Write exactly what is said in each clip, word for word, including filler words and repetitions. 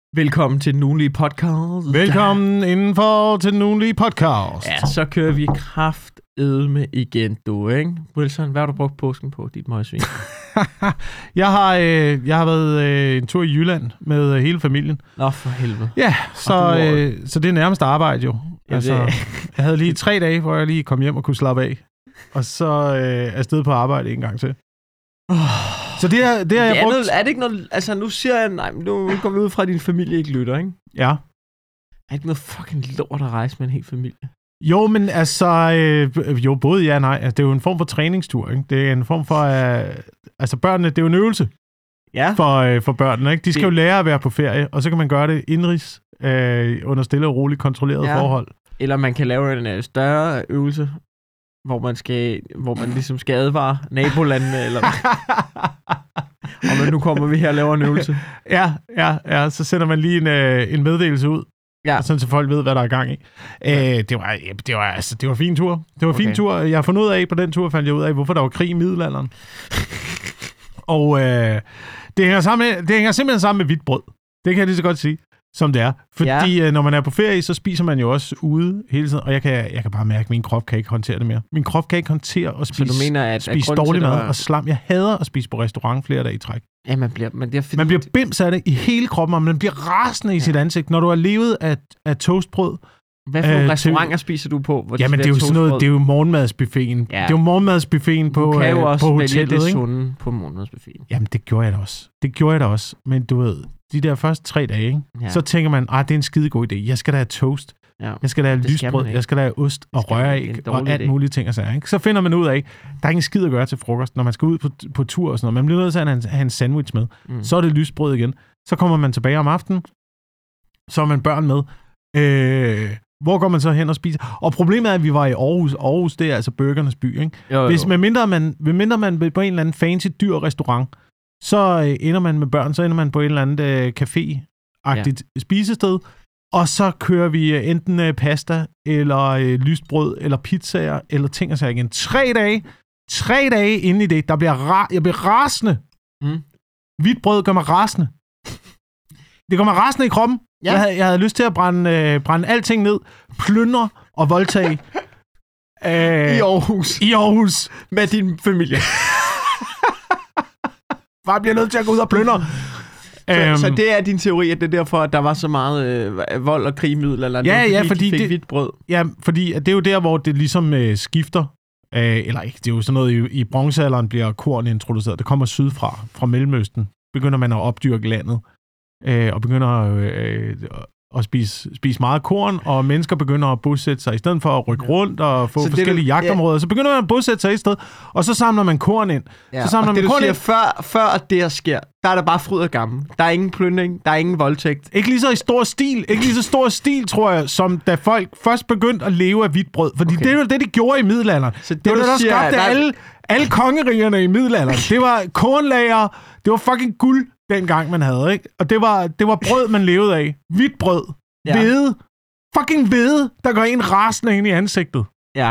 Velkommen til den ugenlige podcast. Velkommen indenfor til den ugenlige podcast. Ja, så kører vi kraftedme igen, du, ikke? Wilson, hvad har du brugt påsken på, dit møgsvin? jeg, har, øh, jeg har været øh, en tur i Jylland med øh, hele familien. Nå, for helvede. Ja, så, øh, så det er nærmest arbejde jo. Ja, altså, jeg havde lige tre dage, hvor jeg lige kom hjem og kunne slappe af. Og så øh, afsted på arbejde en gang til. Oh. Så det er, det er, jeg er, brugt... noget, er det ikke noget... Altså, nu siger jeg... Nej, nu går vi ud fra, at din familie ikke lytter, ikke? Ja. Er det ikke noget fucking lort at rejse med en hel familie? Jo, men altså... Øh, jo, både ja og nej. Altså, det er jo en form for træningstur, ikke? Det er en form for... Øh, altså, børnene, det er jo en øvelse. Ja. For, øh, for børnene, ikke? De skal det... jo lære at være på ferie, og så kan man gøre det indrigs øh, under stille og roligt kontrolleret ja. forhold. Eller man kan lave en øh, større øvelse, hvor man skal, hvor man ligesom skal advare nabolandene, eller og men nu kommer vi her og laver en øvelse. Ja, ja, ja, så sender man lige en, øh, en meddelelse ud, ja. Sådan så folk ved, hvad der er gang i. Ja. Øh, det var, det var, altså, det var en fin tur. Det var en okay. fin tur. Jeg har fundet ud af, på den tur fandt jeg ud af, hvorfor der var krig i middelalderen. og øh, det, hænger sammen med, det hænger simpelthen sammen med hvidt brød. Det kan jeg lige så godt sige. Som det er. Fordi ja. øh, når man er på ferie, så spiser man jo også ude hele tiden. Og jeg kan, jeg kan bare mærke, at min krop kan ikke håndtere det mere. Min krop kan ikke håndtere at spise, så du mener, at, spise at dårlig mad var... og slam. Jeg hader at spise på restaurant flere dage i træk. Ja, man bliver, man bliver, man bliver bims af det i hele kroppen, og man bliver rasende i ja. sit ansigt. Når du har levet af, af toastbrød. Hvad for nogle øh, restauranter til... spiser du på? Hvor Jamen, det er jo sådan noget, det er jo morgenmadsbuffeten. Ja. Det er jo morgenmadsbuffeten på hotellet. Du kan jo også øh, vælge lidt sunde på morgenmadsbuffeten. Jamen, det gjorde jeg da også. Det gjorde jeg da også. Men du ved, de der første tre dage, ikke? Ja. Så tænker man, ah, det er en skide god idé. Jeg skal da have toast. Ja. Jeg skal da have lysbrød. Jeg skal da have ost og røræg og alt muligt ting og sager, ikke? Så finder man ud af, der er ingen skid at gøre til frokost, når man skal ud på, på tur og sådan noget. Man bliver nødt til at have en, have en sandwich med. Mm. Så er det lysbrød igen. Så kommer man tilbage om aftenen. Så er man børn med. Øh, hvor går man så hen og spiser? Og problemet er, at vi var i Aarhus. Aarhus, det er altså burgernes by, ikke? Jo, jo. Hvis med mindre man, med mindre man på en eller anden fancy dyr restaurant, så øh, ender man med børn, så ender man på et eller andet øh, café-agtigt ja. spisested, og så kører vi øh, enten øh, pasta, eller øh, lystbrød, eller pizzaer, eller ting og sager igen. Tre dage, tre dage inde i det, der bliver ra- jeg bliver rasende. Mm. Hvidt brød gør mig rasende. Det gør mig rasende i kroppen. Ja. Jeg, havde, jeg havde lyst til at brænde, øh, brænde alting ned, plyndre og voldtage. øh, I Aarhus. I Aarhus. Med din familie. Bare bliver nødt til at gå ud og plyndre. Så, um, så det er din teori, at det er derfor, at der var så meget øh, vold og krig i middelalderen? Ja, fordi ja, fordi de fik det, hvidt brød. Ja, fordi det er jo der, hvor det ligesom øh, skifter. Øh, eller ikke, det er jo sådan noget, i, i bronzealderen bliver korn introduceret. Det kommer sydfra, fra Mellemøsten. Begynder man at opdyrke landet. Øh, og begynder øh, at spise, spise meget korn, og mennesker begynder at bosætte sig. I stedet for at rykke rundt og få så forskellige det, jagtområder, ja. så begynder man at bosætte sig et sted, og så samler man korn ind. Ja, så samler og man det, korn du siger, ind. før, før det her sker, der er der bare fryd og gammel. Der er ingen plyndring, der er ingen voldtægt. Ikke lige så i stor stil, ikke lige så stor stil, tror jeg, som da folk først begyndte at leve af hvidt brød. Fordi okay. det var det, de gjorde i middelalderen. Så det, det var det, der siger, skabte der... alle, alle kongerigerne i middelalderen. Det var kornlager, det var fucking guld, dengang man havde, ikke? Og det var, det var brød, man levede af. Hvidt brød. Ja. Hvede. Fucking hvede, der går en rasende ind i ansigtet. Ja.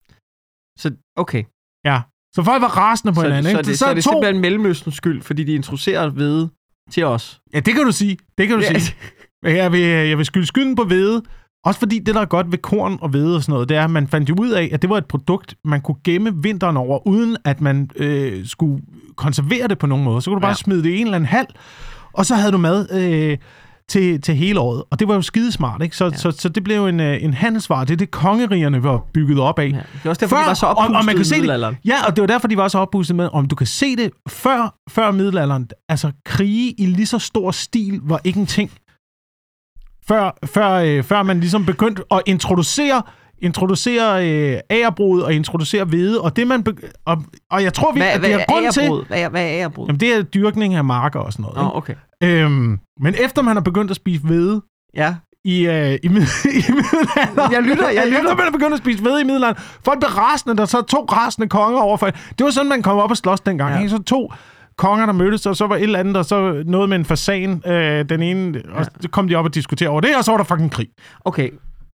Så, okay. Ja. Så folk var rasende på så, hinanden, så, ikke? Det, så, så er det to... simpelthen Mellemøstens skyld, fordi de introducerer hvede til os. Ja, det kan du sige. Det kan du ja. sige. Jeg vil, jeg vil skylde skylden på hvede. Også fordi det, der er godt ved korn og hvede og sådan noget, det er, at man fandt jo ud af, at det var et produkt, man kunne gemme vinteren over, uden at man øh, skulle konservere det på nogen måde. Så kunne du bare ja. smide det i en eller anden hal, og så havde du mad øh, til, til hele året. Og det var jo skidesmart, ikke? Så, ja. så, så det blev en, en handelsvare. Det er det, kongerigerne var bygget op af. Ja. Det var også derfor, før, de var så oppustet og, og man kan se det, ja, og det var derfor, de var så oppustet med, om du kan se det før, før middelalderen. Altså, krige i lige så stor stil var ikke en ting. Før, før, øh, før man ligesom begyndte at introducere, introducere øh, agerbruget og introducere hvede, og det man be- og, og jeg tror vi hvad, at det hvad er grund til hvad er, hvad er agerbrud? Jamen det er dyrkning af marker og sådan noget. Oh, okay. Øhm, men efter man har begyndt at spise hvede, ja. i, øh, i, mid- i middelalderen. Jeg lytter, jeg lytter. Efter man begyndte at spise hvede i middelalderen. Folk blev rasende, der så to rasende konger overfor. Det var sådan, man kom op og slås dengang. Ja. Så to konger, der mødtes, og så var et eller andet, og så noget med en fasan, øh, den ene, ja. Og så kom de op og diskutere over det, og så var der fucking krig. Okay.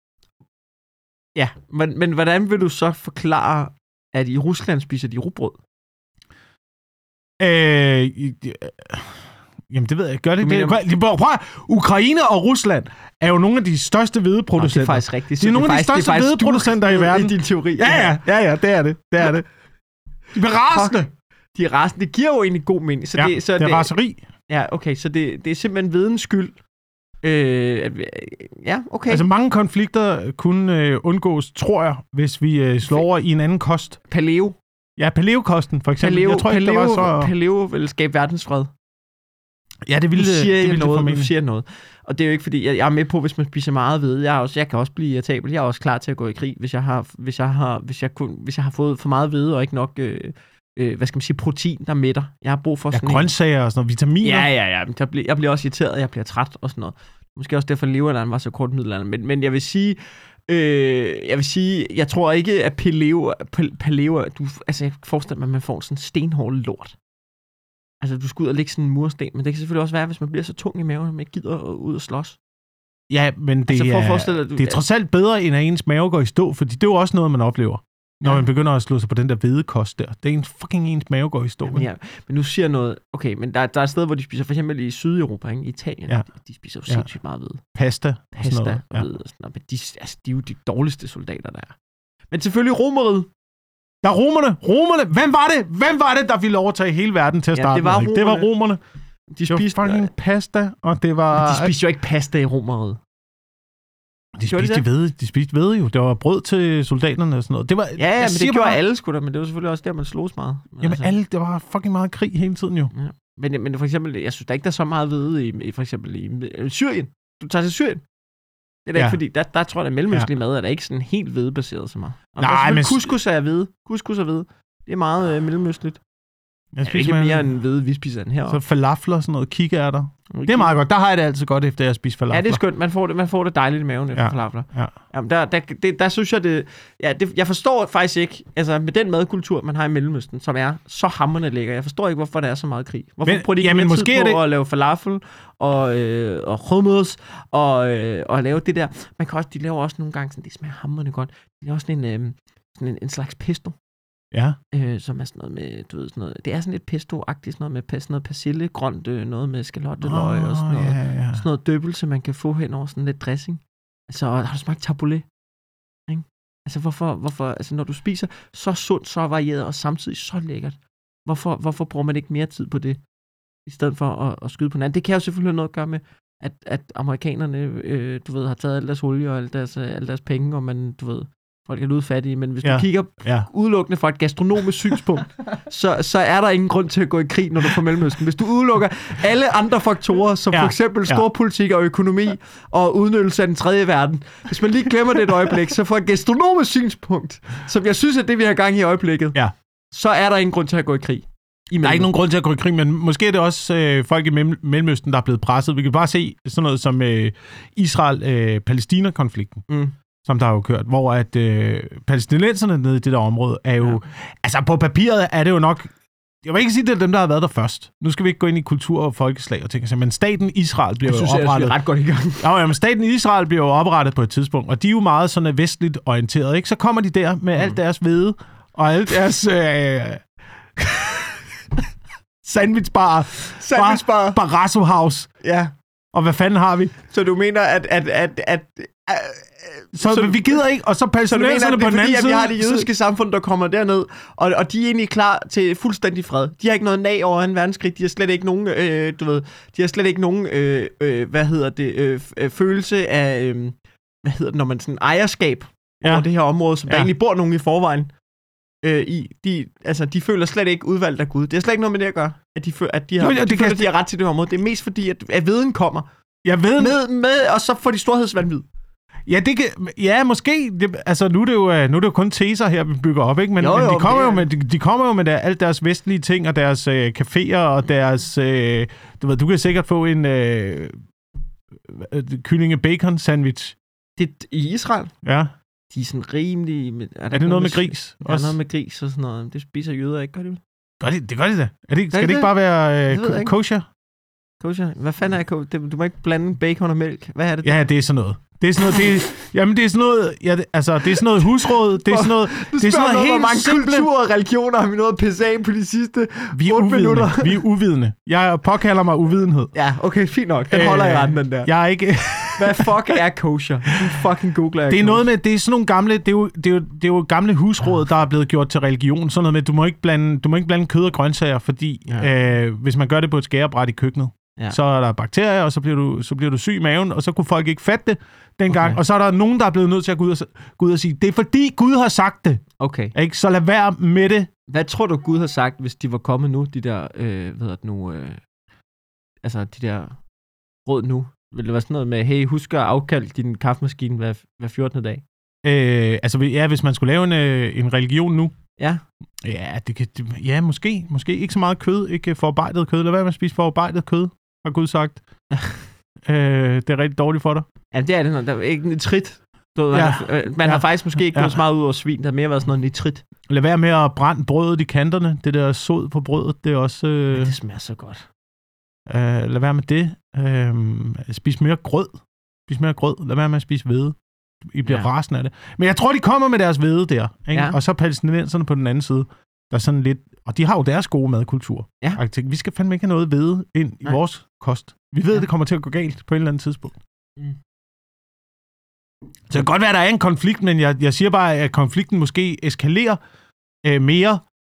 Ja, men, men hvordan vil du så forklare, at i Rusland spiser de rugbrød? Øh, Jamen, det ved jeg. Gør det. det mener, prøv at, Ukraine og Rusland er jo nogle af de største hvedeproducenter. Nå, det er faktisk rigtigt. Det er nogle af de største hvedeproducenter i verden. I din teori. Ja, ja, ja, ja, det er det. Det er det. De er rasende. De er rasende. Det giver jo egentlig god mening. Så ja, det, så det er det, raseri. Ja, okay. Så det, det er simpelthen hvedens skyld. Øh, at, ja, okay. Altså, mange konflikter kunne øh, undgås, tror jeg, hvis vi øh, slår over i en anden kost. Paleo. Ja, paleokosten, for eksempel. Paleo, jeg tror ikke, paleo, det var så... Paleo vil skabe verdensfred. Ja, det ville du siger det, ville noget, det du siger noget. Og det er jo ikke fordi, jeg, jeg er med på, hvis man spiser meget hvede. Jeg, er også, jeg kan også blive irritabel. Jeg er også klar til at gå i krig, hvis jeg har, hvis jeg har, hvis jeg kun, hvis jeg har fået for meget hvede og ikke nok, øh, øh, hvad skal man sige, protein, der mætter. Jeg har brug for ja, sådan grøntsager og sådan noget, vitaminer. Ja, ja, ja. Jeg bliver, jeg bliver også irriteret, jeg bliver træt og sådan noget. Måske også derfor lever var så kort middelalderen. Men, men jeg vil sige, øh, jeg vil sige, jeg tror ikke, at paleo, paleo du, altså jeg forestiller mig, at man får sådan en stenhård lort. Altså, du skal ud og lægge sådan en mursten, men det kan selvfølgelig også være, hvis man bliver så tung i maven, at man ikke gider ud og slås. Ja, men det, altså, er, dig, du, det er trods alt bedre, end at ens mave går i stå, fordi det er jo også noget, man oplever, når ja. man begynder at slå sig på den der hvedekost der. Det er en fucking ens mave går i stå. Ja, ja, men nu siger noget, okay, men der, der er et sted, hvor de spiser, for eksempel i Sydeuropa, ikke? I Italien, ja. de, de spiser jo sindssygt ja. meget hvede. Pasta. Pasta og, ja. og hvede og sådan noget, men de, altså, de er jo de dårligste soldater, der er. Men selvfølgelig Romeriet. Der er romerne, romerne, hvem var det? Hvem var det, der ville overtage hele verden til at starte ja, det var med? Det var romerne. De spiste fucking pasta, og det var... Men de spiste jo ikke pasta i Romeriet. De spiste de ved, de spiste ved jo. Det var brød til soldaterne og sådan noget. Det var, ja, ja men det gjorde bare... alle sgu da, men det var selvfølgelig også der, man slogs meget. Men jamen altså... alle, det var fucking meget krig hele tiden jo. Ja. Men, men for eksempel, jeg synes der ikke, der er så meget hvede i, i for eksempel i, i Syrien. Du tager til Syrien. Det er da ja. ikke fordi, der, der tror jeg, at mellemøstlig ja. mad er der ikke sådan helt hvedebaseret så meget. Og nej, men... Couscous er hvede. Couscous er hvede. Det er meget øh, mellemøstligt. Jeg spiser ikke mere end hvede, vi spiser den her. Så falafler, sådan noget kikærter. Det er meget godt. Der har jeg det altid godt, efter jeg spiser falafler. Ja, det er skønt. Man får det, man får det dejligt i maven efter ja. falafler. Ja. Jamen, der, der, det, der synes jeg, det, ja, det... Jeg forstår faktisk ikke, altså med den madkultur, man har i Mellemøsten, som er så hamrende lækker. Jeg forstår ikke, hvorfor der er så meget krig. Hvorfor men, bruger de ikke mere tid på det... at lave falafel og, øh, og hummus og, øh, og lave det der. Man kan også, de laver også nogle gange sådan, det smager hamrende godt. De laver sådan en, øh, sådan en, en slags pesto. Ja. Øh, som er sådan noget med, du ved, sådan noget, det er sådan lidt pesto-agtigt, sådan noget med sådan noget persille, grønt, øh, noget med skalotteløg oh, og sådan noget, ja, ja. sådan noget døbelse, man kan få hen over sådan lidt dressing. Altså, har du smagt taboulet? Ikke? Altså, hvorfor, hvorfor, altså, når du spiser så sundt, så varieret og samtidig så lækkert, hvorfor, hvorfor bruger man ikke mere tid på det, i stedet for at, at skyde på hinanden? Det kan jo selvfølgelig have noget at gøre med, at, at amerikanerne, øh, du ved, har taget al deres olie og al deres, al deres penge, og man, du ved, folk er ludfattige, men hvis ja, du kigger ja. udelukkende fra et gastronomisk synspunkt, så, så er der ingen grund til at gå i krig, når du er fra Mellemøsten. Hvis du udelukker alle andre faktorer, som ja, for eksempel storpolitik og økonomi og udnyttelse af den tredje verden, hvis man lige glemmer det et øjeblik, så fra et gastronomisk synspunkt, som jeg synes er det, vi har gang i i øjeblikket, ja. så er der ingen grund til at gå i krig. I der er ikke nogen grund til at gå i krig, men måske er det også øh, folk i Mellemøsten, der er blevet presset. Vi kan bare se sådan noget som øh, Israel-Palæstina-konflikten. Øh, mm. som der har jo kørt, hvor at øh, palæstinenserne nede i det der område er jo... Ja. Altså, på papiret er det jo nok... Jeg vil ikke sige, at det er dem, der har været der først. Nu skal vi ikke gå ind i kultur og folkeslag og ting, men staten Israel bliver jeg synes, jo oprettet... Jeg synes, ret godt i gang. Ja, ja, men staten Israel bliver jo oprettet på et tidspunkt, og de er jo meget sådan vestligt orienteret, ikke? Så kommer de der med mm. alt deres hvede og alt deres... Øh, sandwichbar. Sandwichbar. Barrasso House. Ja. Og hvad fanden har vi? Så du mener, at... at, at, at uh, så, så vi gider ikke, og så palæstinenserne på den anden side... Så vi har det jødiske samfund, der kommer derned, og, og de er egentlig klar til fuldstændig fred. De har ikke noget nag over anden verdenskrig. De har slet ikke nogen, øh, du ved... De har slet ikke nogen, øh, øh, hvad hedder det, øh, følelse af... Øh, hvad hedder det, når man sådan ejerskab ja. over det her område, som ja. der egentlig bor nogen i forvejen. Øh, i, de, altså, de føler slet ikke udvalgt af Gud. Det er slet ikke noget med det at gøre, at de, føler, at de, har, jo, ja, de føler, kan... at de har ret til det her område. Det er mest fordi, at, at viden kommer. Ja, viden... Med, med, og så får de storhedsvanvid. Ja, det kan, ja, måske. Det, altså, nu er, det jo, nu er det jo kun teser her, vi bygger op, ikke? Men, jo, jo, men de kommer jo med, de, de kommer jo med der, alt deres vestlige ting, og deres øh, caféer, og deres... Øh, du ved, du kan sikkert få en øh, kyllinge-bacon-sandwich. Det i Israel? Ja. De er sådan rimelig... Er, er det noget med, med gris? Der er noget med gris og sådan noget. Det spiser jøder ikke, gør de vel? Gør de, det gør de da. Er det, skal det, det ikke bare være øh, kosher? Kosher? Hvad fanden er kosher? Du må ikke blande bacon og mælk. Hvad er det? Ja, det er sådan noget. Det er sådan noget, det er, jamen det er sådan noget, ja, det, altså det er sådan noget husråd, det er sådan noget, det er sådan noget, noget helt mange simple. Kulturer og religioner har vi nået at pisse af på de sidste vi er uvidende. Minutter. Vi er uvidende. Jeg påkalder mig uvidenhed. Ja, okay, fint nok. Den holder i retten, den der. Jeg er ikke... Hvad fuck er kosher? Du fucking googler jeg. Det er noget med, det er sådan nogle gamle, det er jo, det er jo, det er jo gamle husråd, der er blevet gjort til religion. Sådan noget med, du må ikke blande, du må ikke blande kød og grøntsager, fordi ja. øh, hvis man gør det på et skærebræt i køkkenet, ja. så er der bakterier, og så bliver, du, så bliver du syg i maven, og så kunne folk ikke fatte det dengang. Okay. Og så er der nogen, der er blevet nødt til at gå ud og, gå ud og sige, det er fordi Gud har sagt det. Okay. Ikke? Så lad være med det. Hvad tror du, Gud har sagt, hvis de var kommet nu, de der, øh, hvad hedder det nu, øh, altså de der råd nu? Vil det være sådan noget med, hey, husk at afkalde din kaffemaskine hver, hver fjortende dag? Øh, altså, ja, hvis man skulle lave en, øh, en religion nu. Ja. Ja, det kan, det, ja, måske. Måske ikke så meget kød, ikke forarbejdet kød. Lad være med at spise forarbejdet kød, har Gud sagt. øh, det er rigtig dårligt for dig. Ja, det er det. Der er ikke nitrit. Du, man ja. har, man ja. har faktisk måske ikke ja. gået så meget ud over svin. Der har mere været sådan noget nitrit. Lad være med at brænde brødet i kanterne. Det der sod på brødet, det er også... Øh, ja, det smager så godt. Øh, lad være med det. Øh, spis mere grød. Spis mere grød. Lad være med at spise hvede. I bliver ja. rasende af det. Men jeg tror, de kommer med deres hvede der. Ikke? Ja. Og så palæstinenserne på den anden side. Der er sådan lidt... Og de har jo deres gode madkultur. Ja. Og jeg tænker, vi skal fandme ikke have noget hvede ind i Nej. vores kost. Vi ved, ja. det kommer til at gå galt på et eller andet tidspunkt. Mm. Så det kan godt være, at der er en konflikt, men jeg, jeg siger bare, at konflikten måske eskalerer øh, mere,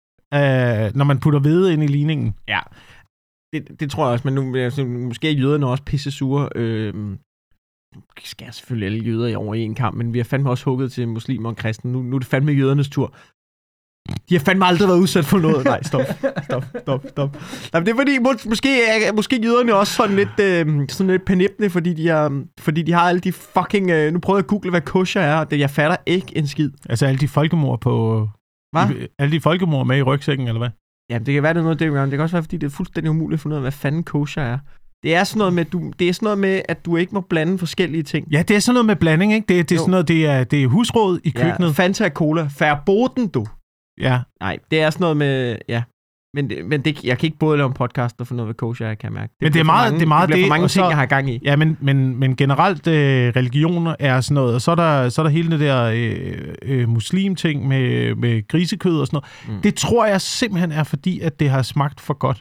øh, når man putter hvede ind i ligningen. Ja. Det, det tror jeg også, men nu altså, måske er jøderne også pisse sure. Øh, vi skal selvfølgelig alle jøder over i en kamp, men vi har fandme også hugget til muslimer og kristne. Nu, nu er det fandme jødernes tur. De har fandme aldrig været udsat for noget. Nej, stop, stop, stop, stop. Nej, det er fordi, mås- måske er måske jøderne også sådan lidt, øh, sådan lidt panippende, fordi de, er, fordi de har alle de fucking... Øh, nu prøver jeg at google, hvad kosher er, og det, jeg fatter ikke en skid. Altså alle de folkemord på... Hvad? Alle de folkemord med i rygsækken, eller hvad? Ja, det kan være, det er noget, det, det kan også være, fordi det er fuldstændig umuligt at finde ud af, hvad fanden kosher er. Det er sådan noget med, du, det er sådan noget med, at du ikke må blande forskellige ting. Ja, det er sådan noget med blanding, ikke? Det, det er jo. sådan noget, det er, det er husråd i køkkenet. Ja, Fanta Cola. Verboten, du. Ja. Nej, det er sådan noget med, ja. Men, det, men det, jeg kan ikke både lave en podcast og få noget, hvad kosher er, kan jeg mærke. Det men det er meget, mange, det er meget det. bliver det, for mange så, ting, jeg har gang i. Ja, men, men, men generelt øh, religioner er sådan noget, og så er der, så er der hele det der øh, øh, muslimting med, med grisekød og sådan noget. Mm. Det tror jeg simpelthen er fordi, at det har smagt for godt.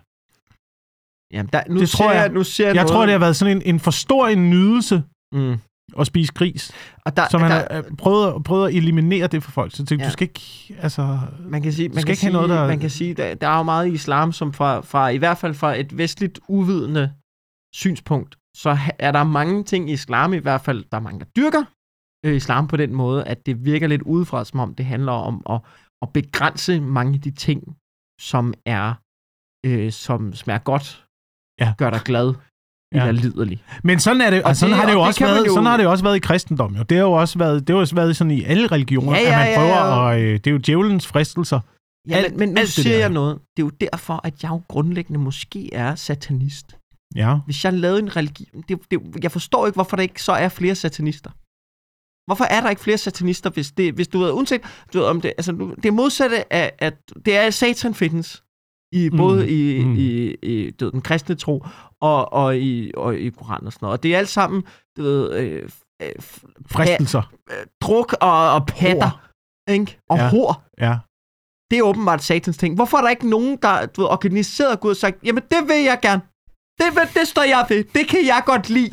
Jamen, der, nu det ser tror jeg, jeg, nu ser jeg jeg noget. tror, det har været sådan en, en for stor en nydelse mm. at spise gris. Og der, så man der, har prøvet, prøvet at eliminere det for folk. Så tænker, ja. du skal ikke, altså, man kan sige, man skal kan ikke sige, have noget, der... Man kan sige, der, der er jo meget i islam, som fra, fra, i hvert fald fra et vestligt uvidende synspunkt, så er der mange ting i islam, i hvert fald, der er mange, der dyrker øh, islam på den måde, at det virker lidt udefra, som om det handler om at, at begrænse mange af de ting, som er, øh, som smager godt, ja. gør dig glad, ja. eller liderlig. Men sådan er det, og sådan det, har det jo også været, jo... sådan har det jo også været i kristendom, jo. Det har jo også været, det har også været sådan i alle religioner, ja, ja, at man prøver ja, ja. at, øh, det er jo djævelens fristelser. Ja, alt, men, men nu siger jeg noget. Det er jo derfor, at jeg jo grundlæggende måske er satanist. Ja. Hvis jeg lavede en religion, det, det, jeg forstår ikke, hvorfor der ikke så er flere satanister. Hvorfor er der ikke flere satanister, hvis det, hvis du ved, uanset, du ved, om det, altså, det er modsatte af, at det er satan findes. I, både mm. i, mm. i, i du ved, den kristne tro og, og, i, og i Koranen og sådan noget. Og det er alt sammen, du ved, øh, øh, fristelser. Øh, druk og, og patter, ikke? Og ja. hår. Ja. Det er åbenbart satans ting. Hvorfor er der ikke nogen, der du ved, organiseret Gud og sagt, jamen det vil jeg gerne. Det, vil, det står jeg ved. Det kan jeg godt lide.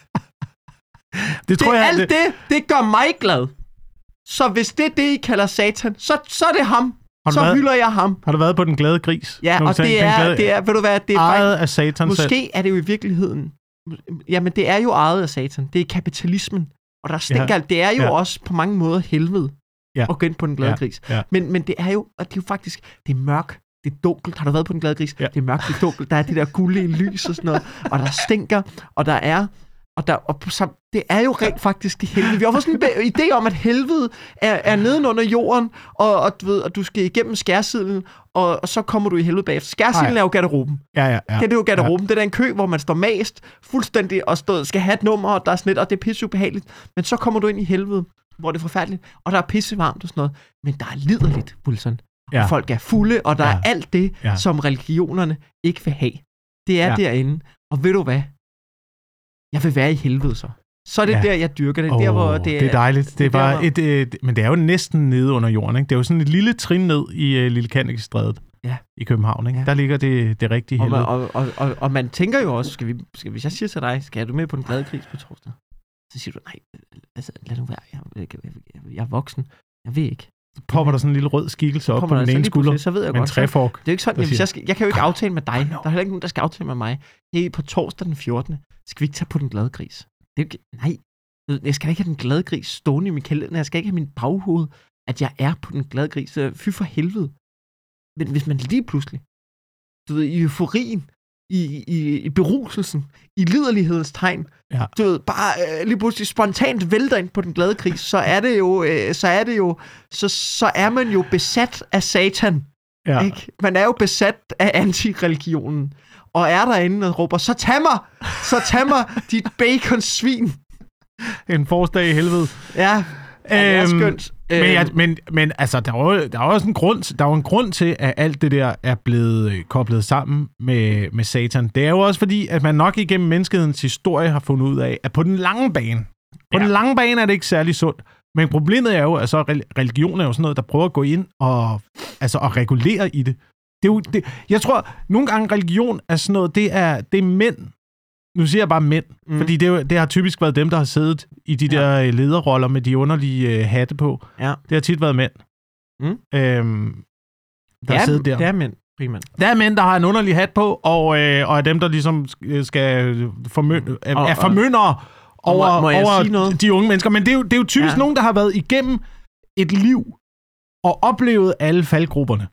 det tror det, jeg, alt det... det, det gør mig glad. Så hvis det er det, I kalder satan, så, så er det ham. Så været, hylder jeg ham. Har du været på Den Glade Gris? Ja, og det er, glade, det er, ved du hvad, det er ejet af satan måske selv. er det jo i virkeligheden, jamen det er jo ejet af satan. Det er kapitalismen. Og der stinker ja. det er jo ja. også på mange måder helvede ja. at gå ind på Den Glade ja. Gris. Ja. Men, men det er jo, og det er jo faktisk, det er mørk, det er dunkelt. Har du været på Den Glade Gris? Ja. Det er mørkt, det er dunkelt. Der er det der gulde lys og sådan noget. Og der stinker, og der er Og, der, og så, det er jo rent faktisk det helvede. Vi har fået sådan en idé om, at helvede er, er nedenunder jorden, og, og du ved, at du skal igennem skærsilden, og, og så kommer du i helvede bagefter. Skærsilden er jo garderoben. Ja, ja, ja. Det er jo garderoben. Ja. Det er en kø, hvor man står mast fuldstændig og stå, skal have et nummer, og der er sådan lidt, og det er pisse ubehageligt. Men så kommer du ind i helvede, hvor det er forfærdeligt, og der er pisse varmt og sådan noget. Men der er liderligt, Wilson. Ja. Og folk er fulde, og der ja. er alt det, ja. som religionerne ikke vil have. Det er ja. derinde. Og ved du hvad? Jeg vil være i helvede så. så er det ja. der, jeg dyrker det. Oh, der, hvor det, det er dejligt. Det er, det er bare der, hvor... et, et, men det er jo næsten nede under jorden, ikke? Det er jo sådan et lille trin ned i uh, Lille Kannikestrædet ja. i København, ikke? Ja. Der ligger det, det rigtige og man, og, og, og, og man tænker jo også, skal vi, skal, hvis jeg siger til dig, skal du med på den glade gris på torsdag? Så siger du, nej, altså, lad nu være, jeg, jeg, jeg, jeg er voksen, jeg ved ikke. Så popper der sådan en lille rød skikkelse op på den ene skulder, så ved jeg med godt, en træfork. Det er jo ikke sådan, hvis jeg, skal, jeg kan jo ikke aftale med dig, der er heller ikke nogen, der skal aftale med mig. Hey, på torsdag den fjortende skal vi ikke tage på den glade gris? Det er jo ikke, nej, jeg skal ikke have den glade gris stående i min kalender, jeg skal ikke have min baghoved, at jeg er på den glade gris. Fy for helvede. Men hvis man lige pludselig, du ved, i euforien, i, i, i beruselsen, i liderlighedens tegn, ja. du ved, bare øh, lige pludselig spontant vælter ind på den glade gris, så er det jo, øh, så er det jo, så, så er man jo besat af Satan. Ja. Ikke? Man er jo besat af antireligionen, og er derinde og råber, så tag mig, så tag mig, dit bacon-svin. En forårsdag i helvede. Ja, ja det er skønt. Men, ja, men, men altså, der er jo, der er også en grund, der er jo en grund til, at alt det der er blevet koblet sammen med, med Satan. Det er jo også fordi, at man nok igennem menneskehedens historie har fundet ud af, at på den lange bane, på ja. den lange bane er det ikke særlig sundt. Men problemet er jo, at så religion er jo sådan noget, der prøver at gå ind og, altså, at regulere i det. Det er jo, det, jeg tror, nogle gange religion er sådan noget, det er, det er mænd. Nu siger jeg bare mænd, mm. fordi det, er jo, det har typisk været dem, der har siddet i de ja. der lederroller med de underlige uh, hatte på. Ja. Det har tit været mænd. Mm. Øhm, der det, er, siddet der. det er mænd, primært. Det er mænd, der har en underlig hat på, og, øh, og er dem, der ligesom skal formø- er, er formyndere over, må, må over de unge mennesker. Men det er jo, det er jo typisk ja. nogen, der har været igennem et liv og oplevet alle faldgrupperne.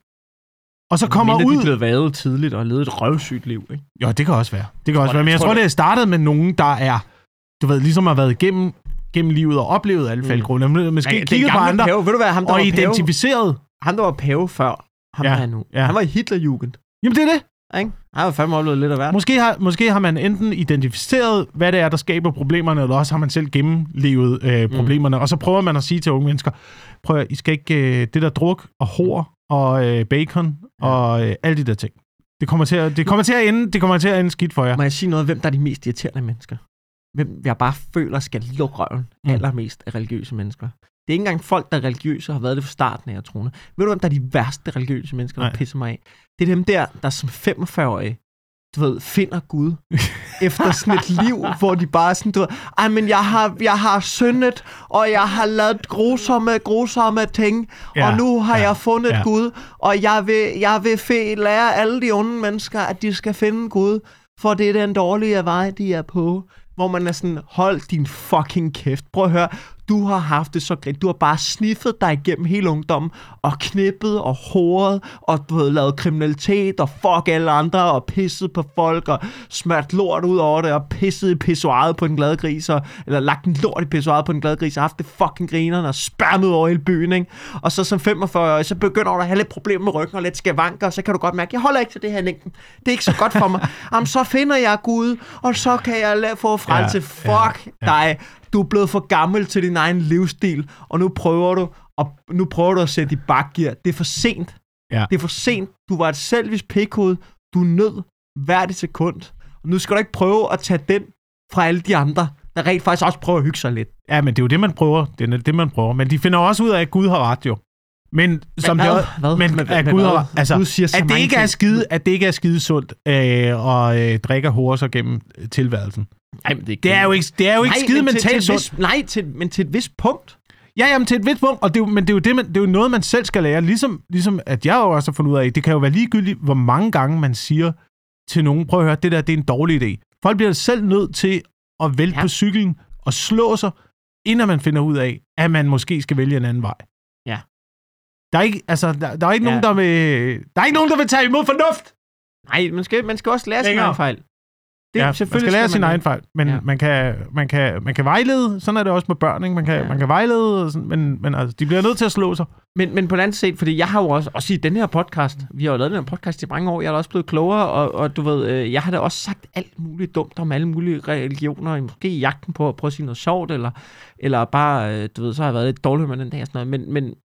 Og så kommer Mindre, ud... de er blevet været tidligt og levet et røvsygt liv, ikke? Jo, det kan også være. Det kan også være. Men jeg tror, det er startet med nogen, der er, du ved, ligesom har været igennem, gennem livet og oplevet alle faldgrupperne. Mm. Måske kigget på andre pave, ved du hvad, ham, der og var identificeret. Pave, ham, der var pave før, ham ja, er nu. Ja. Han var i Hitlerjugend. Jamen, det er det. Ikke? Han har fandme oplevet lidt af hvert. Måske har, måske har man enten identificeret, hvad det er, der skaber problemerne, eller også har man selv gennemlevet øh, problemerne. Mm. Og så prøver man at sige til unge mennesker, prøv at, I skal ikke øh, det der druk og hår og øh, bacon ja. og øh, alle de der ting. Det kommer til at, det kommer til at ende, det kommer til at ende skidt for jer. Må jeg sige noget, hvem der er de mest irriterende mennesker? Hvem jeg bare føler skal lukke røven mm. allermest af religiøse mennesker. Det er ikke engang folk, der er religiøse og har været det fra starten af, jeg tror. Ved du, hvem der er de værste religiøse mennesker, der Nej. pisser mig af? Det er dem der, der som femogfyrre-årige, du ved, finder Gud efter sådan et liv, hvor de bare sådan, du ved, ej, men jeg har, jeg har syndet, og jeg har lavet grusomme, grusomme ting, ja, og nu har ja, jeg fundet ja. Gud, og jeg vil, jeg vil fe, lære alle de onde mennesker, at de skal finde Gud, for det er den dårlige vej, de er på. Hvor man er sådan, hold din fucking kæft. Prøv at høre, du har haft det så galt. Du har bare sniffet dig igennem hele ungdommen, og knippet og håret, og du har lavet kriminalitet, og fuck alle andre, og pisset på folk, og smørt lort ud over det, og pisset i pissoiret på den glade gris, og, eller lagt en lort i pissoiret på den glade gris, og haft det fucking grinerne, og spærmet over hele byen, ikke? Og så som femogfyrre-årig, så begynder du at have lidt problemer med ryggen, og lidt skavanker, og så kan du godt mærke, jeg holder ikke til det her længden. Det er ikke så godt for mig. Jamen, så finder jeg Gud, og så kan jeg få frelse. Ja, fuck ja, ja. dig. Du er blevet for gammel til din egen livsstil, og nu prøver du at, nu prøver du at sætte i bakgear. Det er for sent. Ja. Det er for sent. Du var et selvisk pikhoved. Du er nød hvert et sekund. Og nu skal du ikke prøve at tage den fra alle de andre, der rent faktisk også prøver at hygge sig lidt. Ja, men det er jo det, man prøver. Det er det, man prøver. Men de finder også ud af, at Gud har ret, jo. Men som hvad, det hvad, men hvad, at hvad, Gud hvad, har, altså, Gud siger at det ikke er skide, at det ikke er skide sundt øh, og øh, drikker horser gennem tilværelsen. Nej, men det, det er jo ikke, det er jo ikke nej, skide mentalt sundt. Vis, nej, til, men til et vist punkt. Ja, jamen til et vist punkt, og det er jo, men det er jo det, man, det er jo noget man selv skal lære, ligesom ligesom at jeg jo også har fundet ud af, det kan jo være ligegyldigt, hvor mange gange man siger til nogen, prøv at høre, det der, det er en dårlig idé. Folk bliver selv nødt til at vælte ja. på cyklen og slå sig, inden man finder ud af, at man måske skal vælge en anden vej. Ja. Der er ikke, altså, der, der er ikke ja. nogen, der vil, der er ikke nogen, der vil tage imod fornuft. Nej, man skal, man skal også lære sin egen fejl. Det, ja, man skal lære skal sin man egen fejl, men ja. man, kan, man, kan, man kan vejlede, sådan er det også med børn, ikke? Man kan, ja. man kan vejlede, sådan, men, men altså, de bliver nødt til at slå sig. Men, men på den anden side, fordi jeg har jo også, også i den her podcast, vi har jo lavet den her podcast i mange år, jeg er også blevet klogere, og, og du ved, jeg har da også sagt alt muligt dumt om alle mulige religioner, måske i jagten på at prøve at sige noget sjovt, eller, eller bare, du ved, så har jeg været lidt dårlig med den dag og sådan noget, men, men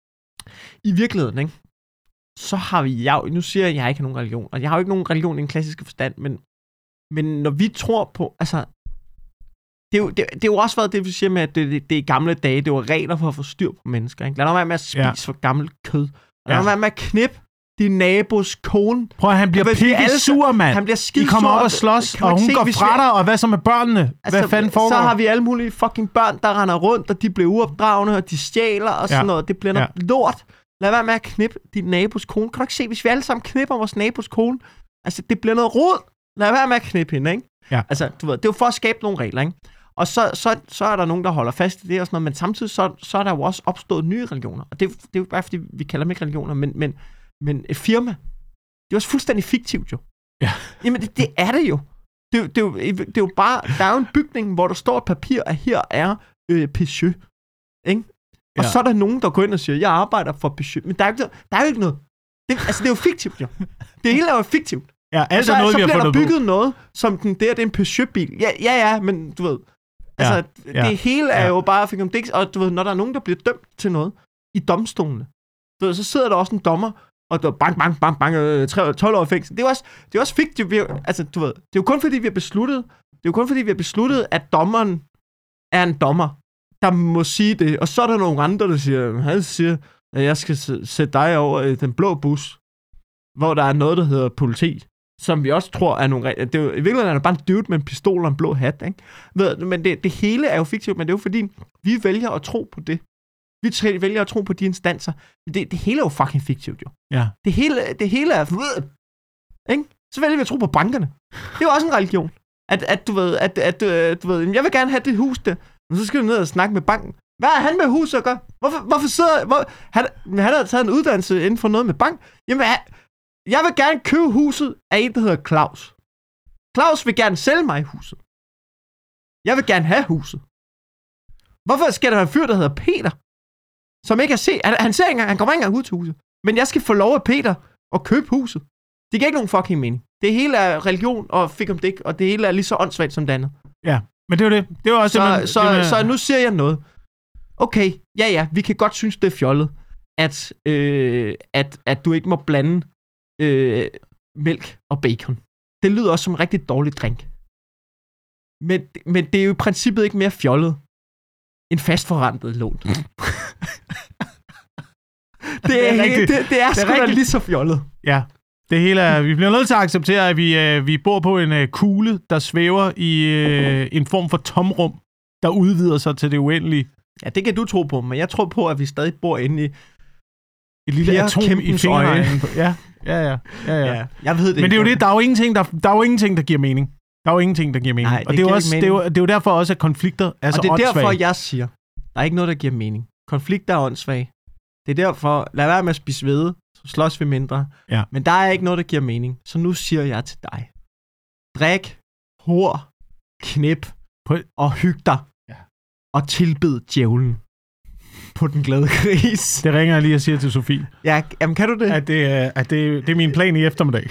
i virkeligheden, ikke? Så har vi, jeg, nu siger jeg, at jeg ikke har nogen religion, og jeg har jo ikke nogen religion i den klassiske forstand, men Men når vi tror på, altså, det, er jo, det, det er jo også været det, vi siger med, at det, det, det i gamle dage, det var regler for at få styr på mennesker. Ikke? Lad dig være med at spise ja. for gammelt kød. Lad dig ja. være med at knippe din nabos kone. Prøv at han bliver pikke sur, mand. Han bliver skide I kommer op og slås, og hun se, går fra dig, og hvad så med børnene? Altså, hvad fanden foregår? Så har vi alle mulige fucking børn, der render rundt, og de bliver uopdragende, og de stjæler og sådan ja. noget. Det bliver noget ja. lort. Lad være med at knippe din nabos kone. Kan du ikke se, hvis vi alle sammen knipper vores nabos kone? Altså, det bliver noget rod. Lad være med at knippe hende, ikke? Ja. Altså, du ved, det er jo for at skabe nogle regler, ikke? Og så, så, så er der nogen, der holder fast i det og sådan noget, men samtidig så, så er der jo også opstået nye religioner. Og det, det er jo bare, fordi vi kalder dem ikke religioner, men, men, men et firma. Det er også fuldstændig fiktivt, jo. Ja. Jamen, det, det er det jo. Det, det, er jo. det er jo bare, der er jo en bygning, hvor der står et papir, at her er øh, Peugeot. Ikke? Og ja. så er der nogen, der går ind og siger, jeg arbejder for Peugeot. Men der er jo ikke, der er jo ikke noget. Det, altså, det er jo fiktivt, jo. Det hele er jo fiktivt. Ja, altså noget, så, vi så har bliver der bygget på. noget, som den der, det er en Peugeot-bil. Ja, ja, ja, men du ved, altså, ja, ja, det hele er ja. jo bare, fik om det, og du ved, når der er nogen, der bliver dømt til noget i domstolene, du ved, så sidder der også en dommer, og der bang, bang, bang, bang, tolv år i fængsel. Det er også, det er også fiktivt, altså, du ved, det er jo kun fordi, vi har besluttet, det er jo kun fordi, vi har besluttet, at dommeren er en dommer, der må sige det, og så er der nogle andre, der siger, han siger, at jeg skal sætte dig over i den blå bus, hvor der er noget, der hedder politi, som vi også tror er nogle regler. Det er jo, i virkeligheden er det bare en dude med en pistol og en blå hat, ikke? Ved, men det, det hele er jo fiktivt, men det er jo fordi, vi vælger at tro på det. Vi vælger at tro på de instanser. Det, det hele er jo fucking fiktivt, jo. Ja. Det hele, det hele er... Ikke? Så vælger vi at tro på bankerne. Det er jo også en religion. At, at du ved, at, at, at du ved, jeg vil gerne have det hus der, men så skal du ned og snakke med banken. Hvad er han med huset at gøre? Hvorfor, hvorfor sidder... Hvor, han, han har taget en uddannelse inden for noget med bank. Jamen, han, jeg vil gerne købe huset af en, der hedder Claus. Claus vil gerne sælge mig huset. Jeg vil gerne have huset. Hvorfor skal der være en fyr, der hedder Peter? Som ikke har set... Han, han ser ikke engang, han kommer ikke engang ud til huset. Men jeg skal få lov af Peter at købe huset. Det giver ikke nogen fucking mening. Det hele er religion og fik om dæk, og det hele er lige så åndssvagt som det andet. Ja, men det er jo det. Det var også så, det, man, så, det med... så nu siger jeg noget. Okay, ja ja, vi kan godt synes, det er fjollet, at, øh, at, at du ikke må blande øh, mælk og bacon. Det lyder også som en rigtig dårlig drink. Men, men det er jo i princippet ikke mere fjollet end fastforrentet lån. det er, det er, det, det er, det er sgu da lige så fjollet. Ja, det hele er, vi bliver nødt til at acceptere, at vi, øh, vi bor på en øh, kugle, der svæver i øh, en form for tomrum, der udvider sig til det uendelige. Ja, det kan du tro på, men jeg tror på, at vi stadig bor inde i et lille atom i fingrene. Ja, ja, ja, ja, ja. ja. Jeg ved det. Men det er jo det, der er jo ingenting, der, der er jo ingenting, der giver mening. Der er jo ingenting, der giver mening. Nej, og det er, jo også, det, er jo, det er jo derfor også, at konflikter er så åndssvage. Og det er åndssvage. derfor, jeg siger, der er ikke noget, der giver mening. Konflikter er åndssvage. Det er derfor, lad være med at spise hvede, så slås vi mindre. Ja. Men der er ikke noget, der giver mening. Så nu siger jeg til dig. Drik, hår, knip og hyg dig. Ja. Og tilbed djævlen på den glade gris. Det ringer jeg lige og siger til Sofie. Ja, jamen kan du det? At det, at det, det er min plan i eftermiddag.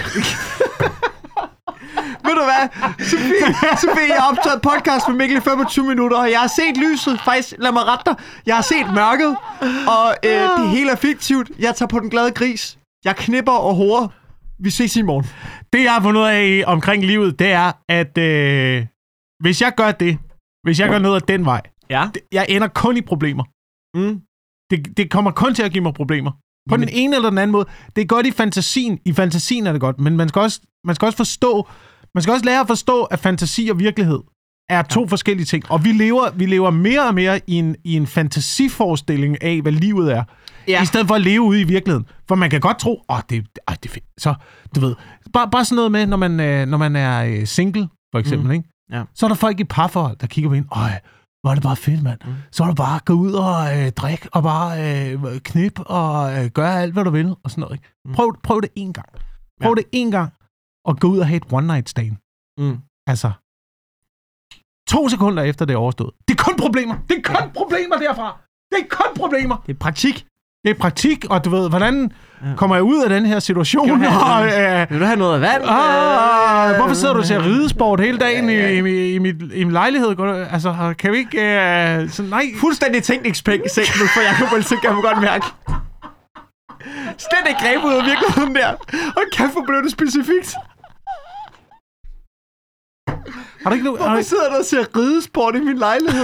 Ved du hvad? Sofie, Sofie, jeg har optaget podcast med Mikkel i femogtyve minutter, og jeg har set lyset. Faktisk, lad mig rette dig. Jeg har set mørket, og øh, det hele er fiktivt. Jeg tager på den glade gris. Jeg knipper og horer. Vi ses i morgen. Det, jeg har fundet ud af omkring livet, det er, at øh, hvis jeg gør det, hvis jeg gør noget af den vej, ja. det, jeg ender kun i problemer. Mm. Det, det kommer kun til at give mig problemer. På Jamen. den ene eller den anden måde. Det er godt i fantasien. I fantasien er det godt, men man skal også, man skal også forstå, man skal også lære at forstå, at fantasi og virkelighed er to ja. forskellige ting. Og vi lever, vi lever mere og mere i en, i en fantasiforestilling af, hvad livet er. Ja. I stedet for at leve ude i virkeligheden. For man kan godt tro, åh, det, åh, det er fedt. Så, du ved, bare, bare sådan noget med, når man, når man er single, for eksempel, mm. ikke? Ja. Så er der folk i parforhold, der kigger på en, øj, hvor er det bare fedt, mand. Mm. Så er du bare gå ud og øh, drikke, og bare øh, knip, og øh, gøre alt, hvad du vil, og sådan noget, ikke? Mm. Prøv, prøv det en gang. Prøv ja. det en gang, og gå ud og have et one-night stand. Mm. Altså, to sekunder efter det er overstået. Det er kun problemer. Det er kun ja. problemer derfra. Det er kun problemer. Det er praktik. Det er praktik, og du ved, hvordan ja. kommer jeg ud af den her situation? Vil du have, og, øh, vil du have noget af vand? Ah, øh, hvorfor sidder du til at ridesport hele dagen ja, ja. I, i, i, mit, i min lejlighed? Altså, kan vi ikke... Øh, så, nej. Fuldstændig tænkningspæk i sengen, for jeg kan vel så kan man godt mærke. Slet ikke greb ud af virkeligheden der. Og kæft, hvor blev det specifikt. Har du ikke nu? Hvorfor sidder der og ser ridesport i min lejlighed?